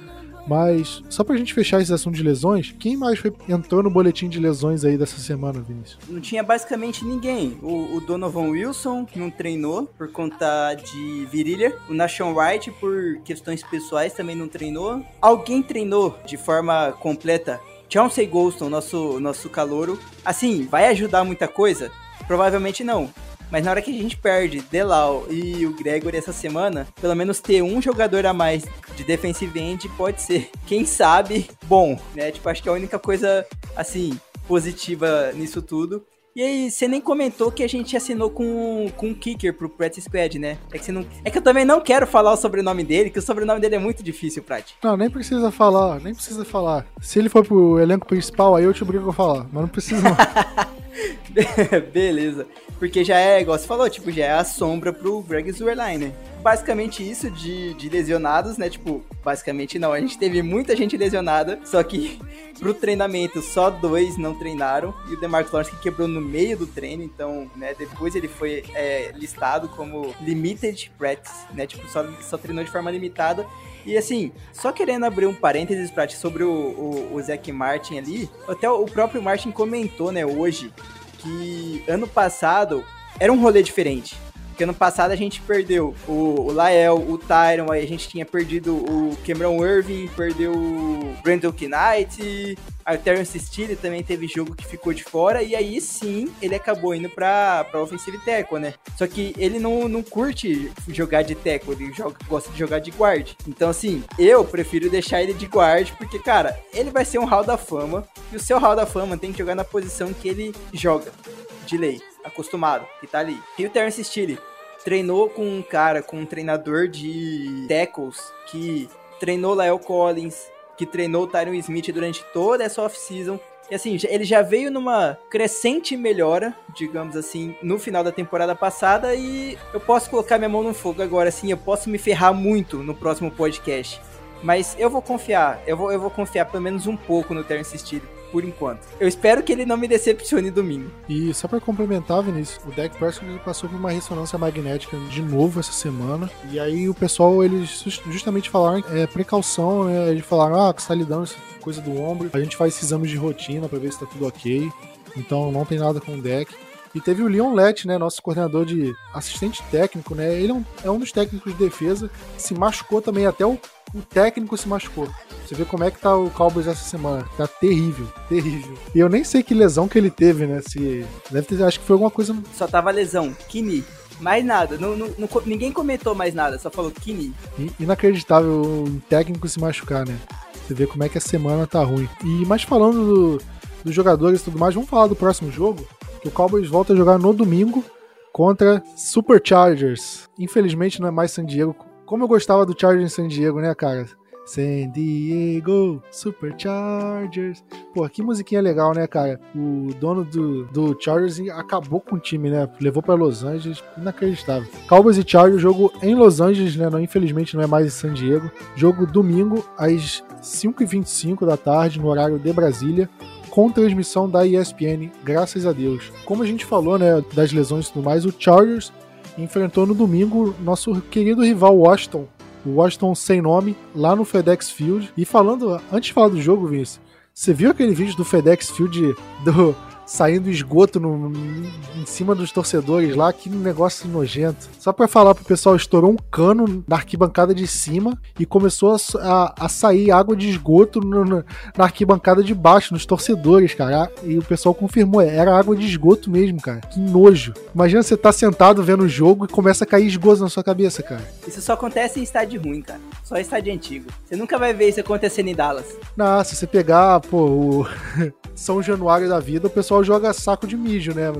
Mas, só pra gente fechar esse assunto de lesões, quem mais entrou no boletim de lesões aí dessa semana, Vinícius? Não tinha basicamente ninguém. O Donovan Wilson não treinou por conta de virilha. O Nashon Wright, por questões pessoais, também não treinou. Alguém treinou de forma completa? Chauncey Golston, nosso calouro. Assim, vai ajudar muita coisa? Provavelmente não. Mas na hora que a gente perde Delau e o Gregory essa semana, pelo menos ter um jogador a mais de defensive end pode ser, quem sabe, bom, né? Tipo, acho que é a única coisa, assim, positiva nisso tudo. E aí, você nem comentou que a gente assinou com um kicker pro Practice Squad, né? É que eu também não quero falar o sobrenome dele, que o sobrenome dele é muito difícil, Prat. Não, nem precisa falar. Se ele for pro elenco principal, aí eu te obrigo a falar, mas não precisa não. Beleza. Porque já é, igual você falou, tipo, já é a sombra pro Greg Zuerlein, né? Basicamente isso de lesionados, né? Tipo, basicamente não. A gente teve muita gente lesionada, só que pro treinamento só 2 não treinaram. E o DeMarcus Lawrence que quebrou no meio do treino, então, né? Depois ele foi listado como Limited Practice, né? Tipo, só treinou de forma limitada. E assim, só querendo abrir um parênteses, Prat, sobre o Zach Martin ali, até o próprio Martin comentou, né, hoje, que ano passado era um rolê diferente. Porque ano passado a gente perdeu o Lael, o Tyron, aí a gente tinha perdido o Cameron Irving, perdeu o Brandon Knight, a Terrence Steele também teve jogo que ficou de fora, e aí sim ele acabou indo pra offensive tackle, né? Só que ele não curte jogar de tackle, ele gosta de jogar de guard. Então assim, eu prefiro deixar ele de guard, porque cara, ele vai ser um Hall da Fama, e o seu Hall da Fama tem que jogar na posição que ele joga, de lei, acostumado, que tá ali. E o Terrence Steele treinou com um treinador de tackles que treinou Lael Collins, que treinou o Tyron Smith durante toda essa off-season. E assim, ele já veio numa crescente melhora, digamos assim, no final da temporada passada, e eu posso colocar minha mão no fogo agora, assim, eu posso me ferrar muito no próximo podcast. Mas eu vou confiar, eu vou confiar pelo menos um pouco no Terrence Steele, por enquanto. Eu espero que ele não me decepcione domingo. E só pra complementar, Vinícius, o Dak Prescott passou por uma ressonância magnética de novo essa semana, e aí o pessoal, eles justamente falaram precaução, né, eles falaram, que você tá lidando com essa coisa do ombro, a gente faz esses exames de rotina pra ver se tá tudo ok, então não tem nada com o Dak. E teve o Leon Lett, né, nosso coordenador de assistente técnico, né, ele é um dos técnicos de defesa, se machucou também, até o técnico se machucou. Você vê como é que tá o Cowboys essa semana. Tá terrível, terrível. E eu nem sei que lesão que ele teve, né? Deve ter, acho que foi alguma coisa... Só tava lesão, Knie. Mais nada, ninguém comentou mais nada, só falou Knie. Inacreditável um técnico se machucar, né? Você vê como é que a semana tá ruim. Mas falando dos jogadores e tudo mais, vamos falar do próximo jogo, que o Cowboys volta a jogar no domingo contra Superchargers. Infelizmente não é mais San Diego. Como eu gostava do Chargers em San Diego, né, cara? San Diego, Superchargers. Pô, que musiquinha legal, né, cara? O dono do Chargers acabou com o time, né? Levou pra Los Angeles. Inacreditável. Cowboys e Chargers, jogo em Los Angeles, né? Não, infelizmente não é mais em San Diego. Jogo domingo, às 5h25 da tarde, no horário de Brasília, com transmissão da ESPN, graças a Deus. Como a gente falou, né, das lesões e tudo mais, o Chargers enfrentou no domingo nosso querido rival Washington, o Washington sem nome, lá no FedEx Field. E antes de falar do jogo, Vince, você viu aquele vídeo do FedEx Field saindo esgoto em cima dos torcedores lá? Que negócio nojento. Só pra falar pro pessoal, estourou um cano na arquibancada de cima e começou a sair água de esgoto na arquibancada de baixo, nos torcedores, cara. E o pessoal confirmou, era água de esgoto mesmo, cara. Que nojo. Imagina você tá sentado vendo o jogo e começa a cair esgoto na sua cabeça, cara. Isso só acontece em estádio ruim, cara. Só estádio antigo. Você nunca vai ver isso acontecendo em Dallas. Não, se você pegar, o São Januário da vida, o pessoal joga saco de mijo, né?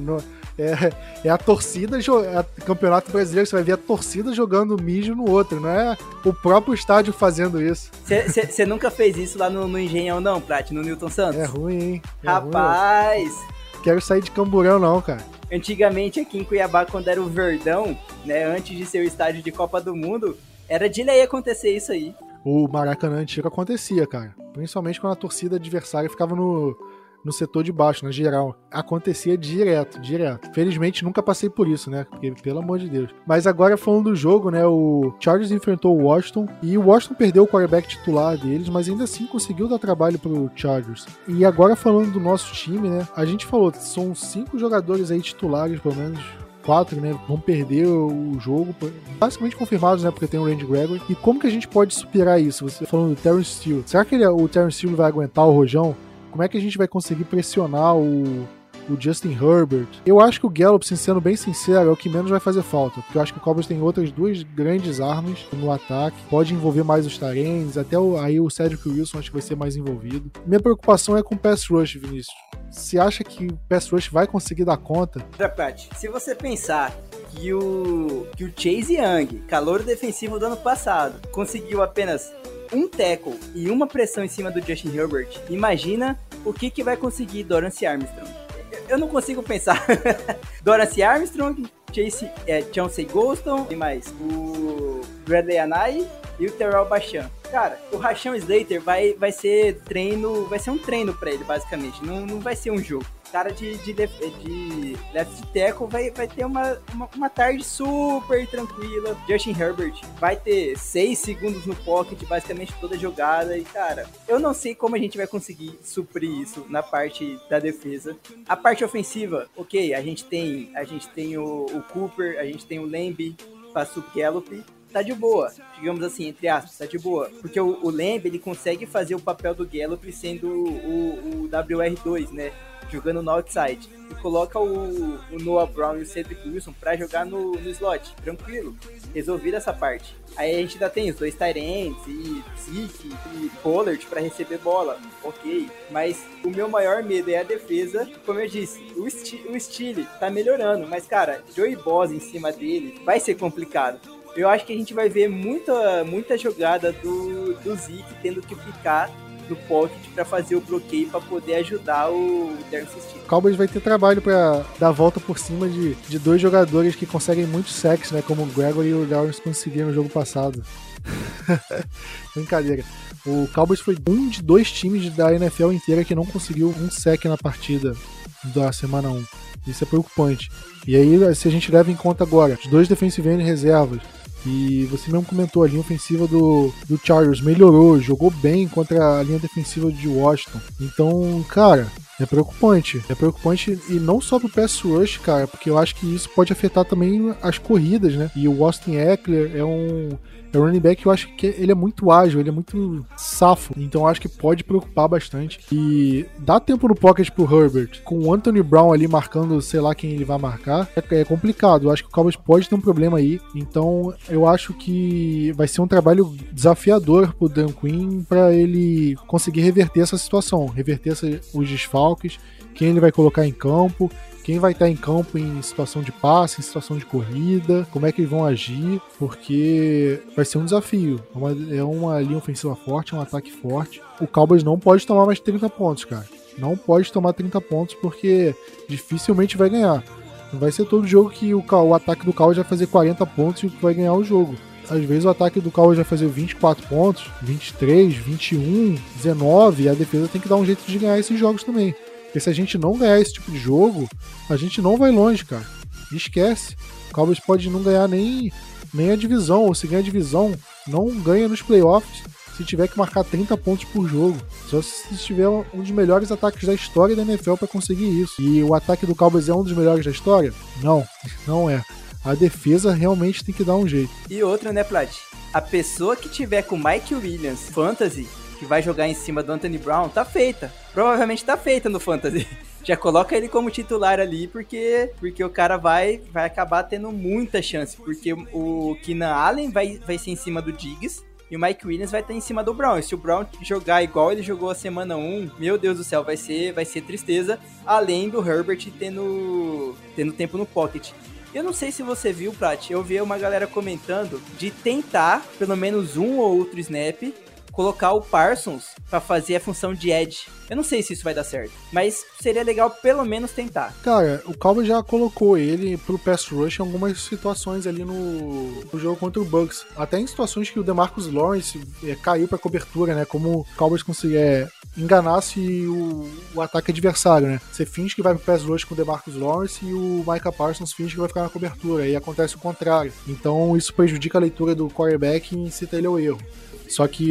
É a torcida, Campeonato Brasileiro, você vai ver a torcida jogando mijo no outro, não é o próprio estádio fazendo isso. Você nunca fez isso lá no Engenhão, não, Prat, no Newton Santos? É ruim, hein? Rapaz! Ruim, quero sair de Camburão, não, cara. Antigamente, aqui em Cuiabá, quando era o Verdão, né, antes de ser o estádio de Copa do Mundo, era de lei acontecer isso aí. O Maracanã antigo acontecia, cara. Principalmente quando a torcida adversária ficava no setor de baixo, na geral. Acontecia direto. Felizmente nunca passei por isso, né? Porque, pelo amor de Deus. Mas agora falando do jogo, né? O Chargers enfrentou o Washington e o Washington perdeu o quarterback titular deles, mas ainda assim conseguiu dar trabalho pro Chargers. E agora falando do nosso time, né? A gente falou, são 5 jogadores aí titulares, pelo menos 4, né, vão perder o jogo, basicamente confirmados, né, porque tem o Randy Gregory. E como que a gente pode superar isso? Você falando do Terrence Steele, será que o Terrence Steele vai aguentar o rojão? Como é que a gente vai conseguir pressionar o Justin Herbert? Eu acho que o Gallup, sendo bem sincero, é o que menos vai fazer falta, porque eu acho que o Cowboys tem outras 2 grandes armas no ataque, pode envolver mais os Tyrands, até aí o Cedric Wilson acho que vai ser mais envolvido. Minha preocupação é com o pass rush, Vinícius. Você acha que o pass rush vai conseguir dar conta? Pat, se você pensar que o Chase Young, calouro defensivo do ano passado, conseguiu apenas um tackle e uma pressão em cima do Justin Herbert, imagina o que vai conseguir Dorance Armstrong. Eu não consigo pensar. Dorance Armstrong, Chauncey Golston e mais o Bradley Anae e o Terrell Bachchan. Cara, o Rashawn Slater vai ser treino, vai ser um treino pra ele, basicamente. Não vai ser um jogo. Cara de left tackle vai ter uma tarde super tranquila. Justin Herbert vai ter 6 segundos no pocket, basicamente toda a jogada. E, cara, eu não sei como a gente vai conseguir suprir isso na parte da defesa. A parte ofensiva, ok, a gente tem o Cooper, a gente tem o Lamb, passa o Gallup. Tá de boa, digamos assim, entre aspas, tá de boa. Porque o Lamb, ele consegue fazer o papel do Gallup sendo o WR2, né? Jogando no outside. E coloca o Noah Brown e o Cedric Wilson pra jogar no slot. Tranquilo. Resolvido essa parte. Aí a gente ainda tem os 2 Tyrants e Zeke e Pollard pra receber bola. Ok. Mas o meu maior medo é a defesa. Como eu disse, o Steele tá melhorando. Mas, cara, Joey Bosa em cima dele vai ser complicado. Eu acho que a gente vai ver muita jogada do Zeke tendo que ficar no pocket para fazer o bloqueio para poder ajudar o Terrence Steele. O Cowboys vai ter trabalho para dar a volta por cima de 2 jogadores que conseguem muito sacks, né? Como o Gregory e o Lawrence conseguiram no jogo passado. Brincadeira. O Cowboys foi um de 2 times da NFL inteira que não conseguiu um sack na partida da semana 1. Isso é preocupante. E aí, se a gente leva em conta agora os 2 defensive end reservas, e você mesmo comentou, a linha ofensiva do Chargers melhorou, jogou bem contra a linha defensiva de Washington. Então, cara, é preocupante. É preocupante e não só pro pass rush, cara, porque eu acho que isso pode afetar também as corridas, né? E o Austin Ekeler é um running back que eu acho que ele é muito ágil, ele é muito safo. Então eu acho que pode preocupar bastante. E dá tempo no pocket pro Herbert. Com o Anthony Brown ali marcando, sei lá quem ele vai marcar, é complicado. Eu acho que o Cowboys pode ter um problema aí. Então eu acho que vai ser um trabalho desafiador pro Dan Quinn pra ele conseguir reverter essa situação, reverter os desfalques, quem ele vai colocar em campo, quem vai estar em campo em situação de passe, em situação de corrida, como é que eles vão agir, porque vai ser um desafio. É uma linha ofensiva forte, é um ataque forte. O Cowboys não pode tomar mais 30 pontos, cara. Não pode tomar 30 pontos porque dificilmente vai ganhar. Não vai ser todo jogo que o ataque do Cowboys vai fazer 40 pontos e vai ganhar o jogo. Às vezes o ataque do Cowboys vai fazer 24 pontos, 23, 21, 19, e a defesa tem que dar um jeito de ganhar esses jogos também. Porque se a gente não ganhar esse tipo de jogo, a gente não vai longe, cara. Esquece. O Cowboys pode não ganhar nem a divisão, ou se ganha a divisão, não ganha nos playoffs se tiver que marcar 30 pontos por jogo. Só se tiver um dos melhores ataques da história da NFL para conseguir isso. E o ataque do Cowboys é um dos melhores da história? Não, não é. A defesa realmente tem que dar um jeito. E outra, né, Plat? A pessoa que tiver com Mike Williams Fantasy, que vai jogar em cima do Anthony Brown, tá feita. Provavelmente tá feita no Fantasy. Já coloca ele como titular ali, porque o cara vai acabar tendo muita chance. Porque o Keenan Allen vai ser em cima do Diggs e o Mike Williams vai estar em cima do Brown. E se o Brown jogar igual ele jogou a semana 1, meu Deus do céu, vai ser tristeza. Além do Herbert tendo tempo no pocket. Eu não sei se você viu, Prat, eu vi uma galera comentando de tentar pelo menos um ou outro snap colocar o Parsons pra fazer a função de edge. Eu não sei se isso vai dar certo, mas seria legal pelo menos tentar. Cara, o Cowboys já colocou ele pro pass rush em algumas situações ali no jogo contra o Bucks. Até em situações que o DeMarcus Lawrence caiu pra cobertura, né? Como o Cowboys conseguia enganasse o ataque adversário, né? Você finge que vai pro pass rush com o DeMarcus Lawrence e o Micah Parsons finge que vai ficar na cobertura. E acontece o contrário. Então isso prejudica a leitura do quarterback e incita ele ao erro. Só que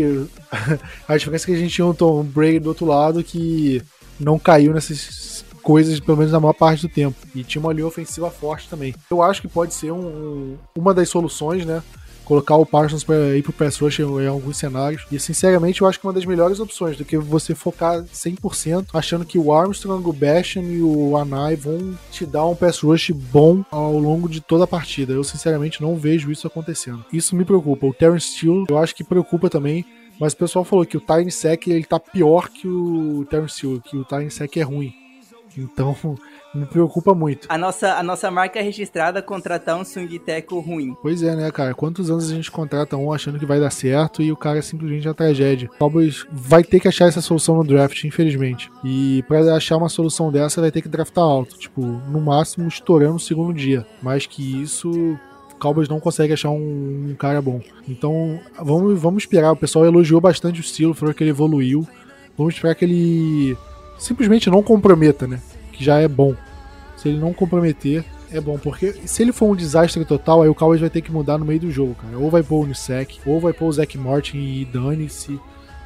a diferença é que a gente tinha um Tom Brady do outro lado que não caiu nessas coisas, pelo menos na maior parte do tempo. E tinha uma linha ofensiva forte também. Eu acho que pode ser uma das soluções, né? Colocar o Parsons para ir pro pass rush em alguns cenários. E, sinceramente, eu acho que é uma das melhores opções do que você focar 100% achando que o Armstrong, o Basham e o Anai vão te dar um pass rush bom ao longo de toda a partida. Eu, sinceramente, não vejo isso acontecendo. Isso me preocupa. O Terrence Steele, eu acho que preocupa também. Mas o pessoal falou que o Tyrann Sec ele tá pior que o Terrence Steele, que o Tyrann Sec é ruim. Então, me preocupa muito. A nossa marca é registrada contratar um swing tackle ruim. Pois é, né, cara? Quantos anos a gente contrata um achando que vai dar certo e o cara é simplesmente a tragédia. O Cowboys vai ter que achar essa solução no draft, infelizmente. E pra achar uma solução dessa, vai ter que draftar alto. Tipo, no máximo, estourando no segundo dia. Mais que isso, o Cowboys não consegue achar um cara bom. Então, vamos esperar. O pessoal elogiou bastante o estilo, falou que ele evoluiu. Vamos esperar que ele simplesmente não comprometa, né? Que já é bom. Se ele não comprometer, é bom. Porque se ele for um desastre total, aí o Cowboys vai ter que mudar no meio do jogo, cara. Ou vai pôr o Unisec, ou vai pôr o Zach Martin e dane-se.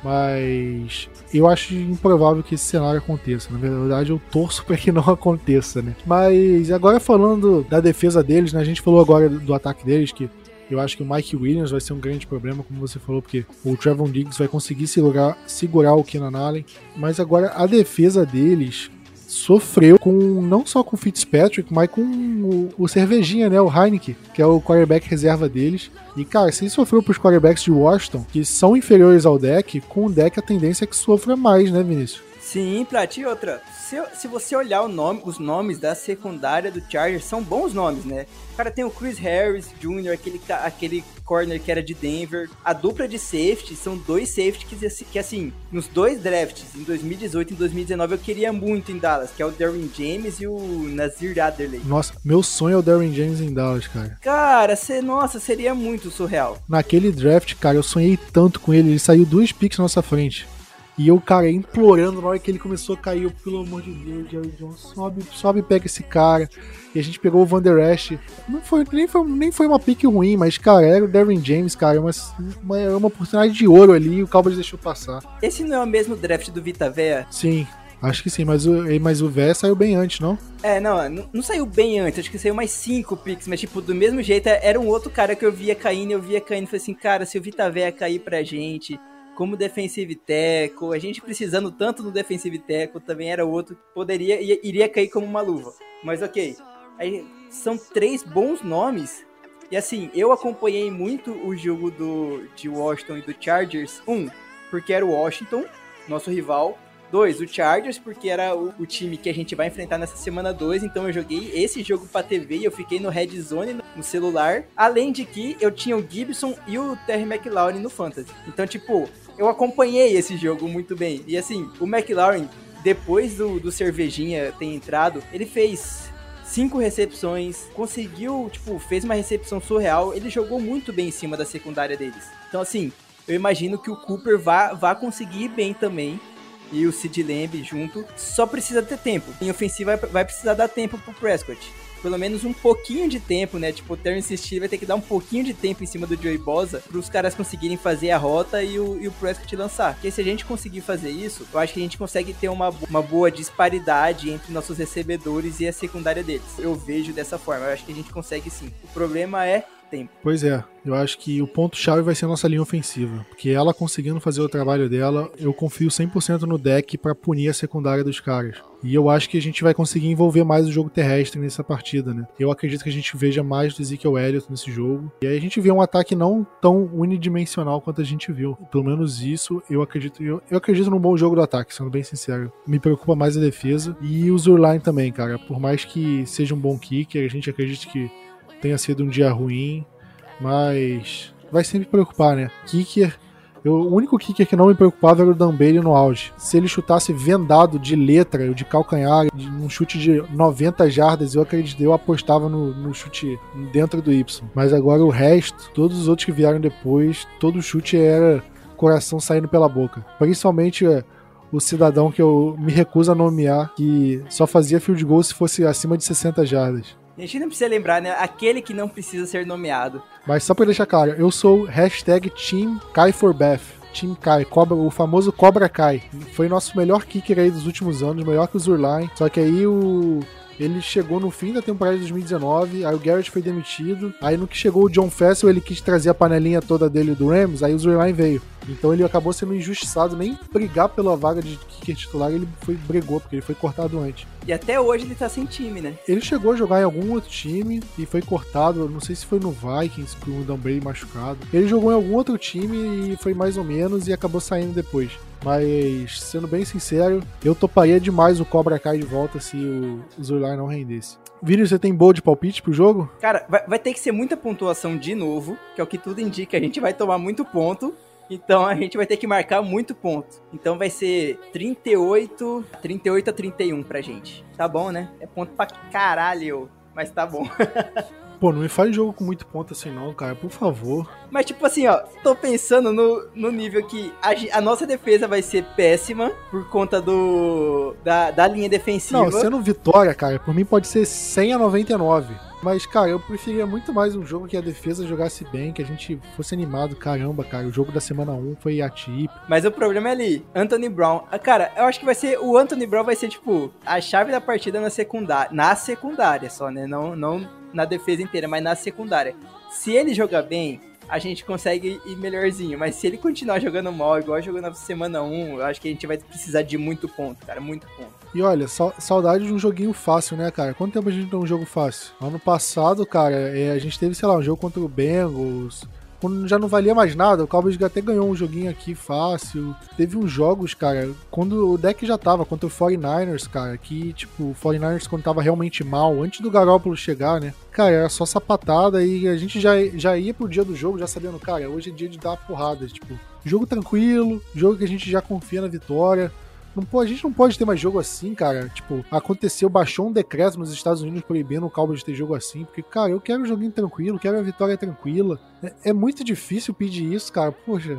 Mas eu acho improvável que esse cenário aconteça. Na verdade, eu torço para que não aconteça, né? Mas agora falando da defesa deles, né? A gente falou agora do ataque deles, que eu acho que o Mike Williams vai ser um grande problema, como você falou, porque o Trevon Diggs vai conseguir segurar o Keenan Allen. Mas agora a defesa deles sofreu não só com o Fitzpatrick, mas com o Cervejinha, né? O Heineken, que é o quarterback reserva deles. E, cara, se ele sofreu pros quarterbacks de Washington, que são inferiores ao deck, com o deck a tendência é que sofra mais, né, Vinícius? Sim, Plat, e outra, se você olhar os nomes da secundária do Chargers, são bons nomes, né? O cara tem o Chris Harris Jr., aquele corner que era de Denver. A dupla de safety, são dois safeties que assim, nos dois drafts, em 2018 e em 2019, eu queria muito em Dallas, que é o Derwin James e o Nazir Adderley. Nossa, meu sonho é o Derwin James em Dallas, cara. Cara, nossa, seria muito surreal. Naquele draft, cara, eu sonhei tanto com ele saiu 2 picks na nossa frente. E eu, cara, implorando na hora que ele começou a cair, eu, pelo amor de Deus, Jerry Jones, sobe e pega esse cara. E a gente pegou o Van Der Esch. Nem foi uma pick ruim, mas, cara, era o Derwin James, cara, uma oportunidade de ouro ali e o Cowboys deixou passar. Esse não é o mesmo draft do Vita Vea? Sim, acho que sim, mas o Vea saiu bem antes, não? Não saiu bem antes, acho que saiu mais 5 picks, mas tipo, do mesmo jeito, era um outro cara que eu via caindo, e falei assim, cara, se o Vita Vea cair pra gente, como defensive tackle, a gente precisando tanto do defensive tackle, também era outro que iria cair como uma luva. Mas ok, aí, são 3 bons nomes, e assim, eu acompanhei muito o jogo de Washington e do Chargers, porque era o Washington, nosso rival, 2, o Chargers, porque era o time que a gente vai enfrentar nessa semana 2, então eu joguei esse jogo pra TV e eu fiquei no Red Zone no celular, além de que eu tinha o Gibson e o Terry McLaurin no Fantasy. Então, tipo, eu acompanhei esse jogo muito bem. E assim, o McLaurin, depois do Cervejinha ter entrado, ele fez 5 recepções, conseguiu, tipo, fez uma recepção surreal, ele jogou muito bem em cima da secundária deles. Então, assim, eu imagino que o Cooper vá conseguir ir bem também, e o Sid Lamb junto, só precisa ter tempo. Em ofensiva vai precisar dar tempo pro Prescott. Pelo menos um pouquinho de tempo, né? Tipo, o Terrence Steele vai ter que dar um pouquinho de tempo em cima do Joey Bosa pros caras conseguirem fazer a rota e o Prescott lançar. Porque se a gente conseguir fazer isso, eu acho que a gente consegue ter uma boa disparidade entre nossos recebedores e a secundária deles. Eu vejo dessa forma, eu acho que a gente consegue sim. O problema é tempo. Pois é, eu acho que o ponto-chave vai ser a nossa linha ofensiva, porque ela conseguindo fazer o trabalho dela, eu confio 100% no deck pra punir a secundária dos caras. E eu acho que a gente vai conseguir envolver mais o jogo terrestre nessa partida, né? Eu acredito que a gente veja mais do Ezekiel Elliott nesse jogo, e aí a gente vê um ataque não tão unidimensional quanto a gente viu. Pelo menos isso, eu acredito num bom jogo do ataque, sendo bem sincero. Me preocupa mais a defesa, e o Zurline também, cara. Por mais que seja um bom kicker, a gente acredita que tenha sido um dia ruim, mas vai sempre preocupar, né? Kicker O único kicker que não me preocupava era o Dan Bailey no auge. Se ele chutasse vendado de letra, ou de calcanhar, num chute de 90 jardas, eu apostava no chute dentro do Y. Mas agora o resto, todos os outros que vieram depois, todo chute era coração saindo pela boca. Principalmente o cidadão que eu me recuso a nomear, que só fazia field goal se fosse acima de 60 jardas. A gente não precisa lembrar, né? Aquele que não precisa ser nomeado. Mas só pra deixar claro, eu sou #Team Kai for Beth. Team Kai, o famoso Cobra Kai. Foi nosso melhor kicker aí dos últimos anos, melhor que o Zurline. Só que aí ele chegou no fim da temporada de 2019, aí o Garrett foi demitido, aí no que chegou o John Fassel, ele quis trazer a panelinha toda dele do Rams, aí o Zurline veio. Então ele acabou sendo injustiçado, nem brigar pela vaga de kicker titular, ele brigou, porque ele foi cortado antes. E até hoje ele tá sem time, né? Ele chegou a jogar em algum outro time e foi cortado, não sei se foi no Vikings, com o Dan Bailey machucado. Ele jogou em algum outro time e foi mais ou menos e acabou saindo depois. Mas, sendo bem sincero, eu toparia demais o Cobra Kai de volta se o Zurline não rendesse. Vini, você tem boa de palpite pro jogo? Cara, vai ter que ser muita pontuação de novo, que é o que tudo indica, a gente vai tomar muito ponto. Então a gente vai ter que marcar muito ponto. Então vai ser 38 a 31 pra gente. Tá bom, né? É ponto pra caralho, mas tá bom. Pô, não me faz jogo com muito ponto assim não, cara, por favor. Mas tipo assim, ó, tô pensando no nível que a nossa defesa vai ser péssima por conta da linha defensiva. Não, sendo vitória, cara, por mim pode ser 100-99. Mas, cara, eu preferia muito mais um jogo que a defesa jogasse bem, que a gente fosse animado. Caramba, cara, o jogo da semana 1 foi atípico. Mas o problema é ali, Anthony Brown. Cara, eu acho que o Anthony Brown vai ser, tipo, a chave da partida na secundária só, né? Não na defesa inteira, mas na secundária. Se ele jogar bem, a gente consegue ir melhorzinho. Mas se ele continuar jogando mal, igual jogou na semana 1, eu acho que a gente vai precisar de muito ponto, cara, muito ponto. E olha, saudade de um joguinho fácil, né, cara? Quanto tempo a gente tem um jogo fácil? Ano passado, cara, a gente teve, sei lá, um jogo contra o Bengals, quando já não valia mais nada, o Cowboys até ganhou um joguinho aqui fácil. Teve uns jogos, cara, quando o deck já tava contra o 49ers, cara, que, tipo, o 49ers quando tava realmente mal, antes do Garoppolo chegar, né? Cara, era só sapatada e a gente já ia pro dia do jogo já sabendo, cara, hoje é dia de dar porrada, tipo, jogo tranquilo, jogo que a gente já confia na vitória. A gente não pode ter mais jogo assim, cara. Tipo, baixou um decreto nos Estados Unidos proibindo o Cowboys de ter jogo assim. Porque, cara, eu quero um joguinho tranquilo, quero a vitória tranquila. É muito difícil pedir isso, cara. Poxa,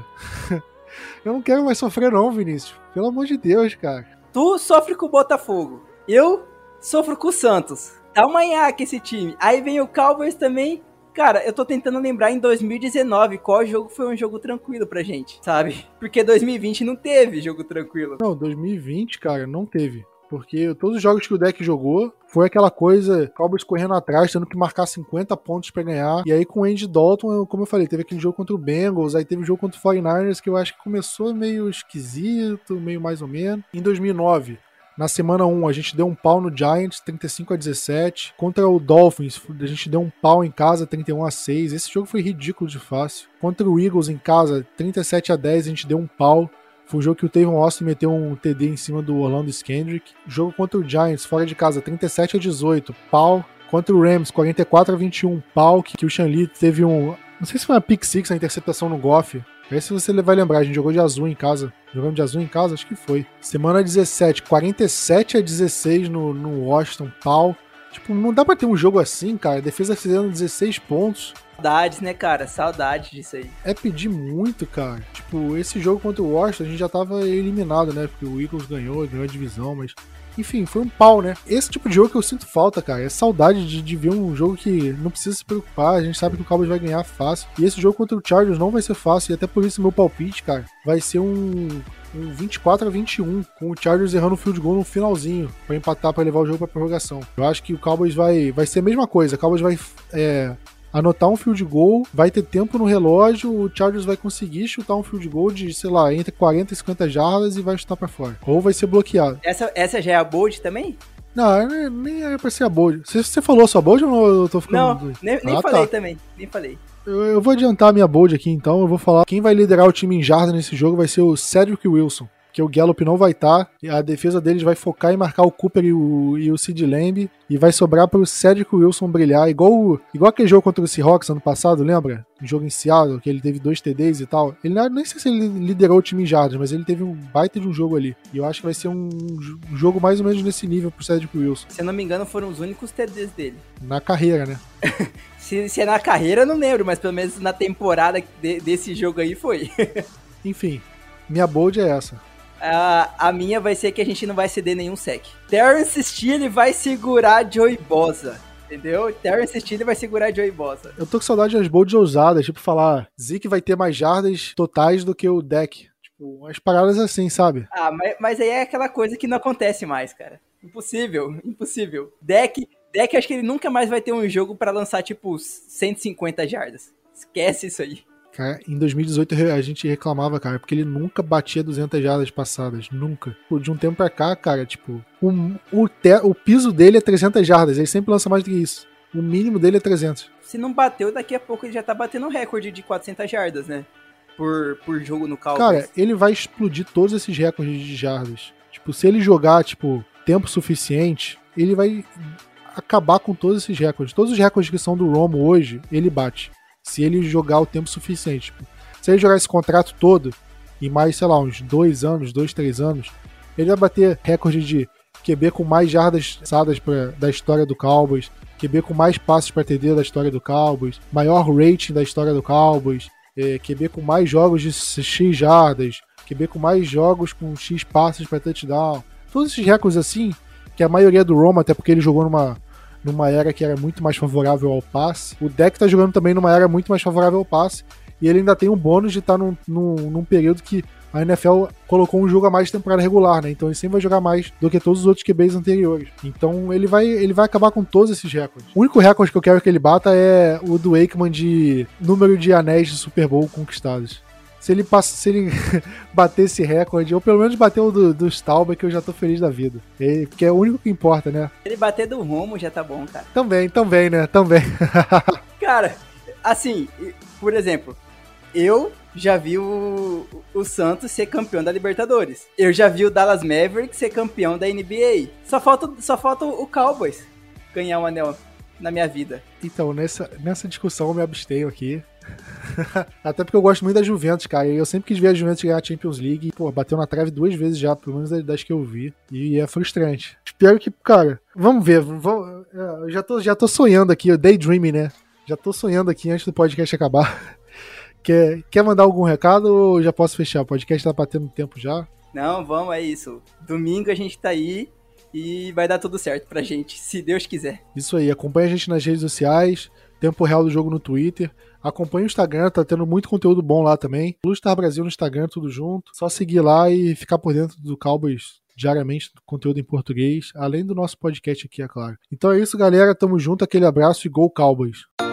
eu não quero mais sofrer não, Vinícius. Pelo amor de Deus, cara. Tu sofre com o Botafogo. Eu sofro com o Santos. Tá uma nhaca esse time. Aí vem o Cowboys também. Cara, eu tô tentando lembrar em 2019 qual jogo foi um jogo tranquilo pra gente, sabe? Porque 2020 não teve jogo tranquilo. Não, 2020, cara, não teve. Porque todos os jogos que o deck jogou foi aquela coisa, Cowboys correndo atrás, tendo que marcar 50 pontos pra ganhar. E aí com o Andy Dalton, como eu falei, teve aquele jogo contra o Bengals, aí teve o jogo contra o 49ers, que eu acho que começou meio esquisito, meio mais ou menos. Em 2009... Na semana 1, a gente deu um pau no Giants, 35-17. Contra o Dolphins, a gente deu um pau em casa, 31-6. Esse jogo foi ridículo de fácil. Contra o Eagles em casa, 37-10, a gente deu um pau. Foi um jogo que o Tavon Austin meteu um TD em cima do Orlando Scandrick. Jogo contra o Giants, fora de casa, 37-18, pau. Contra o Rams, 44-21, pau. Que o Sean Lee teve um... Não sei se foi uma pick six, a interceptação no Goff. Esse você vai lembrar, a gente jogou de azul em casa. Jogamos de azul em casa? Acho que foi. Semana 17, 47-16 no Washington, pau. Tipo, não dá pra ter um jogo assim, cara. A defesa fazendo 16 pontos. Saudades, né, cara? Saudades disso aí. É pedir muito, cara. Tipo, esse jogo contra o Washington, a gente já tava eliminado, né? Porque o Eagles ganhou a divisão, mas... Enfim, foi um pau, né? Esse tipo de jogo que eu sinto falta, cara. É saudade de ver um jogo que não precisa se preocupar. A gente sabe que o Cowboys vai ganhar fácil. E esse jogo contra o Chargers não vai ser fácil. E até por isso meu palpite, cara, vai ser um 24-21, com o Chargers errando o field goal no finalzinho, pra empatar, pra levar o jogo pra prorrogação. Eu acho que o Cowboys vai ser a mesma coisa. O Cowboys vai anotar um field goal, vai ter tempo no relógio, o Chargers vai conseguir chutar um field goal de, sei lá, entre 40 e 50 jardas e vai chutar pra fora. Ou vai ser bloqueado. Essa já é a bold também? Não, nem era pra ser a bold. Você falou a sua bold ou eu tô ficando... Não, nem falei também, nem falei. Eu vou adiantar a minha bold aqui, então. Eu vou falar quem vai liderar o time em jarda nesse jogo vai ser o Cedric Wilson. que o Gallup não vai estar, a defesa deles vai focar em marcar o Cooper e o Sid Lamb, e vai sobrar pro Cedric Wilson brilhar, igual aquele jogo contra o Seahawks ano passado, lembra? Um jogo em Seattle, que ele teve 2 TDs e tal. Ele nem sei se ele liderou o time em jardas, mas ele teve um baita de um jogo ali. E eu acho que vai ser um jogo mais ou menos nesse nível pro Cedric Wilson. Se eu não me engano, foram os únicos TDs dele. Na carreira, né? Se é na carreira, eu não lembro, mas pelo menos na temporada desse jogo aí foi. Enfim, minha bold é essa. A minha vai ser que a gente não vai ceder nenhum sec. Terrence Steele vai segurar Joey Bosa. Entendeu? Terrence Steele vai segurar Joey Bosa. Eu tô com saudade das bolds ousadas, tipo falar, Zeke vai ter mais jardas totais do que o deck. Tipo, umas paradas assim, sabe? Mas aí é aquela coisa que não acontece mais, cara. Impossível. Deck, acho que ele nunca mais vai ter um jogo pra lançar, tipo, 150 jardas. Esquece isso aí. Cara, em 2018 a gente reclamava, cara, porque ele nunca batia 200 jardas passadas, nunca. De um tempo pra cá, cara, tipo, o piso dele é 300 jardas, ele sempre lança mais do que isso. O mínimo dele é 300. Se não bateu, daqui a pouco ele já tá batendo um recorde de 400 jardas, né? Por jogo no Cowboys. Cara, ele vai explodir todos esses recordes de jardas. Tipo, se ele jogar, tipo, tempo suficiente, ele vai acabar com todos esses recordes. Todos os recordes que são do Romo hoje, ele bate. Se ele jogar o tempo suficiente. Tipo, se ele jogar esse contrato todo, e mais, sei lá, uns 2 anos, 2, 3 anos, ele vai bater recorde de QB com mais jardas passadas da história do Cowboys, QB com mais passes para TD da história do Cowboys, maior rating da história do Cowboys, QB com mais jogos de X jardas, QB com mais jogos com X passes para touchdown. Todos esses recordes assim, que a maioria do Roma, até porque ele jogou numa era que era muito mais favorável ao passe. O deck tá jogando também numa era muito mais favorável ao passe. E ele ainda tem um bônus de estar num período que a NFL colocou um jogo a mais de temporada regular, né? Então ele sempre vai jogar mais do que todos os outros QBs anteriores. Então ele vai acabar com todos esses recordes. O único recorde que eu quero que ele bata é o do Aikman de número de anéis de Super Bowl conquistados. Se ele bater esse recorde, ou pelo menos bater o do Staubach, que eu já tô feliz da vida. Porque é o único que importa, né? Se ele bater do Romo, já tá bom, cara. Também, né? Também. Cara, assim, por exemplo, eu já vi o Santos ser campeão da Libertadores. Eu já vi o Dallas Mavericks ser campeão da NBA. Só falta o Cowboys ganhar um anel na minha vida. Então, nessa discussão eu me abstenho aqui. Até porque eu gosto muito da Juventus, cara. Eu sempre quis ver a Juventus ganhar a Champions League. E, pô, bateu na trave 2 vezes já, pelo menos das que eu vi. E é frustrante. Espero que, cara, vamos ver. Eu já tô sonhando aqui, o daydreaming, né? Já tô sonhando aqui antes do podcast acabar. Quer mandar algum recado ou já posso fechar? O podcast tá batendo tempo já. Não, vamos, é isso. Domingo a gente tá aí e vai dar tudo certo pra gente, se Deus quiser. Isso aí, acompanha a gente nas redes sociais, Tempo Real do Jogo no Twitter. Acompanha o Instagram, tá tendo muito conteúdo bom lá também. Bluestar Brasil no Instagram, tudo junto. Só seguir lá e ficar por dentro do Cowboys diariamente, do conteúdo em português, além do nosso podcast aqui, é claro. Então é isso, galera. Tamo junto, aquele abraço e Go Cowboys!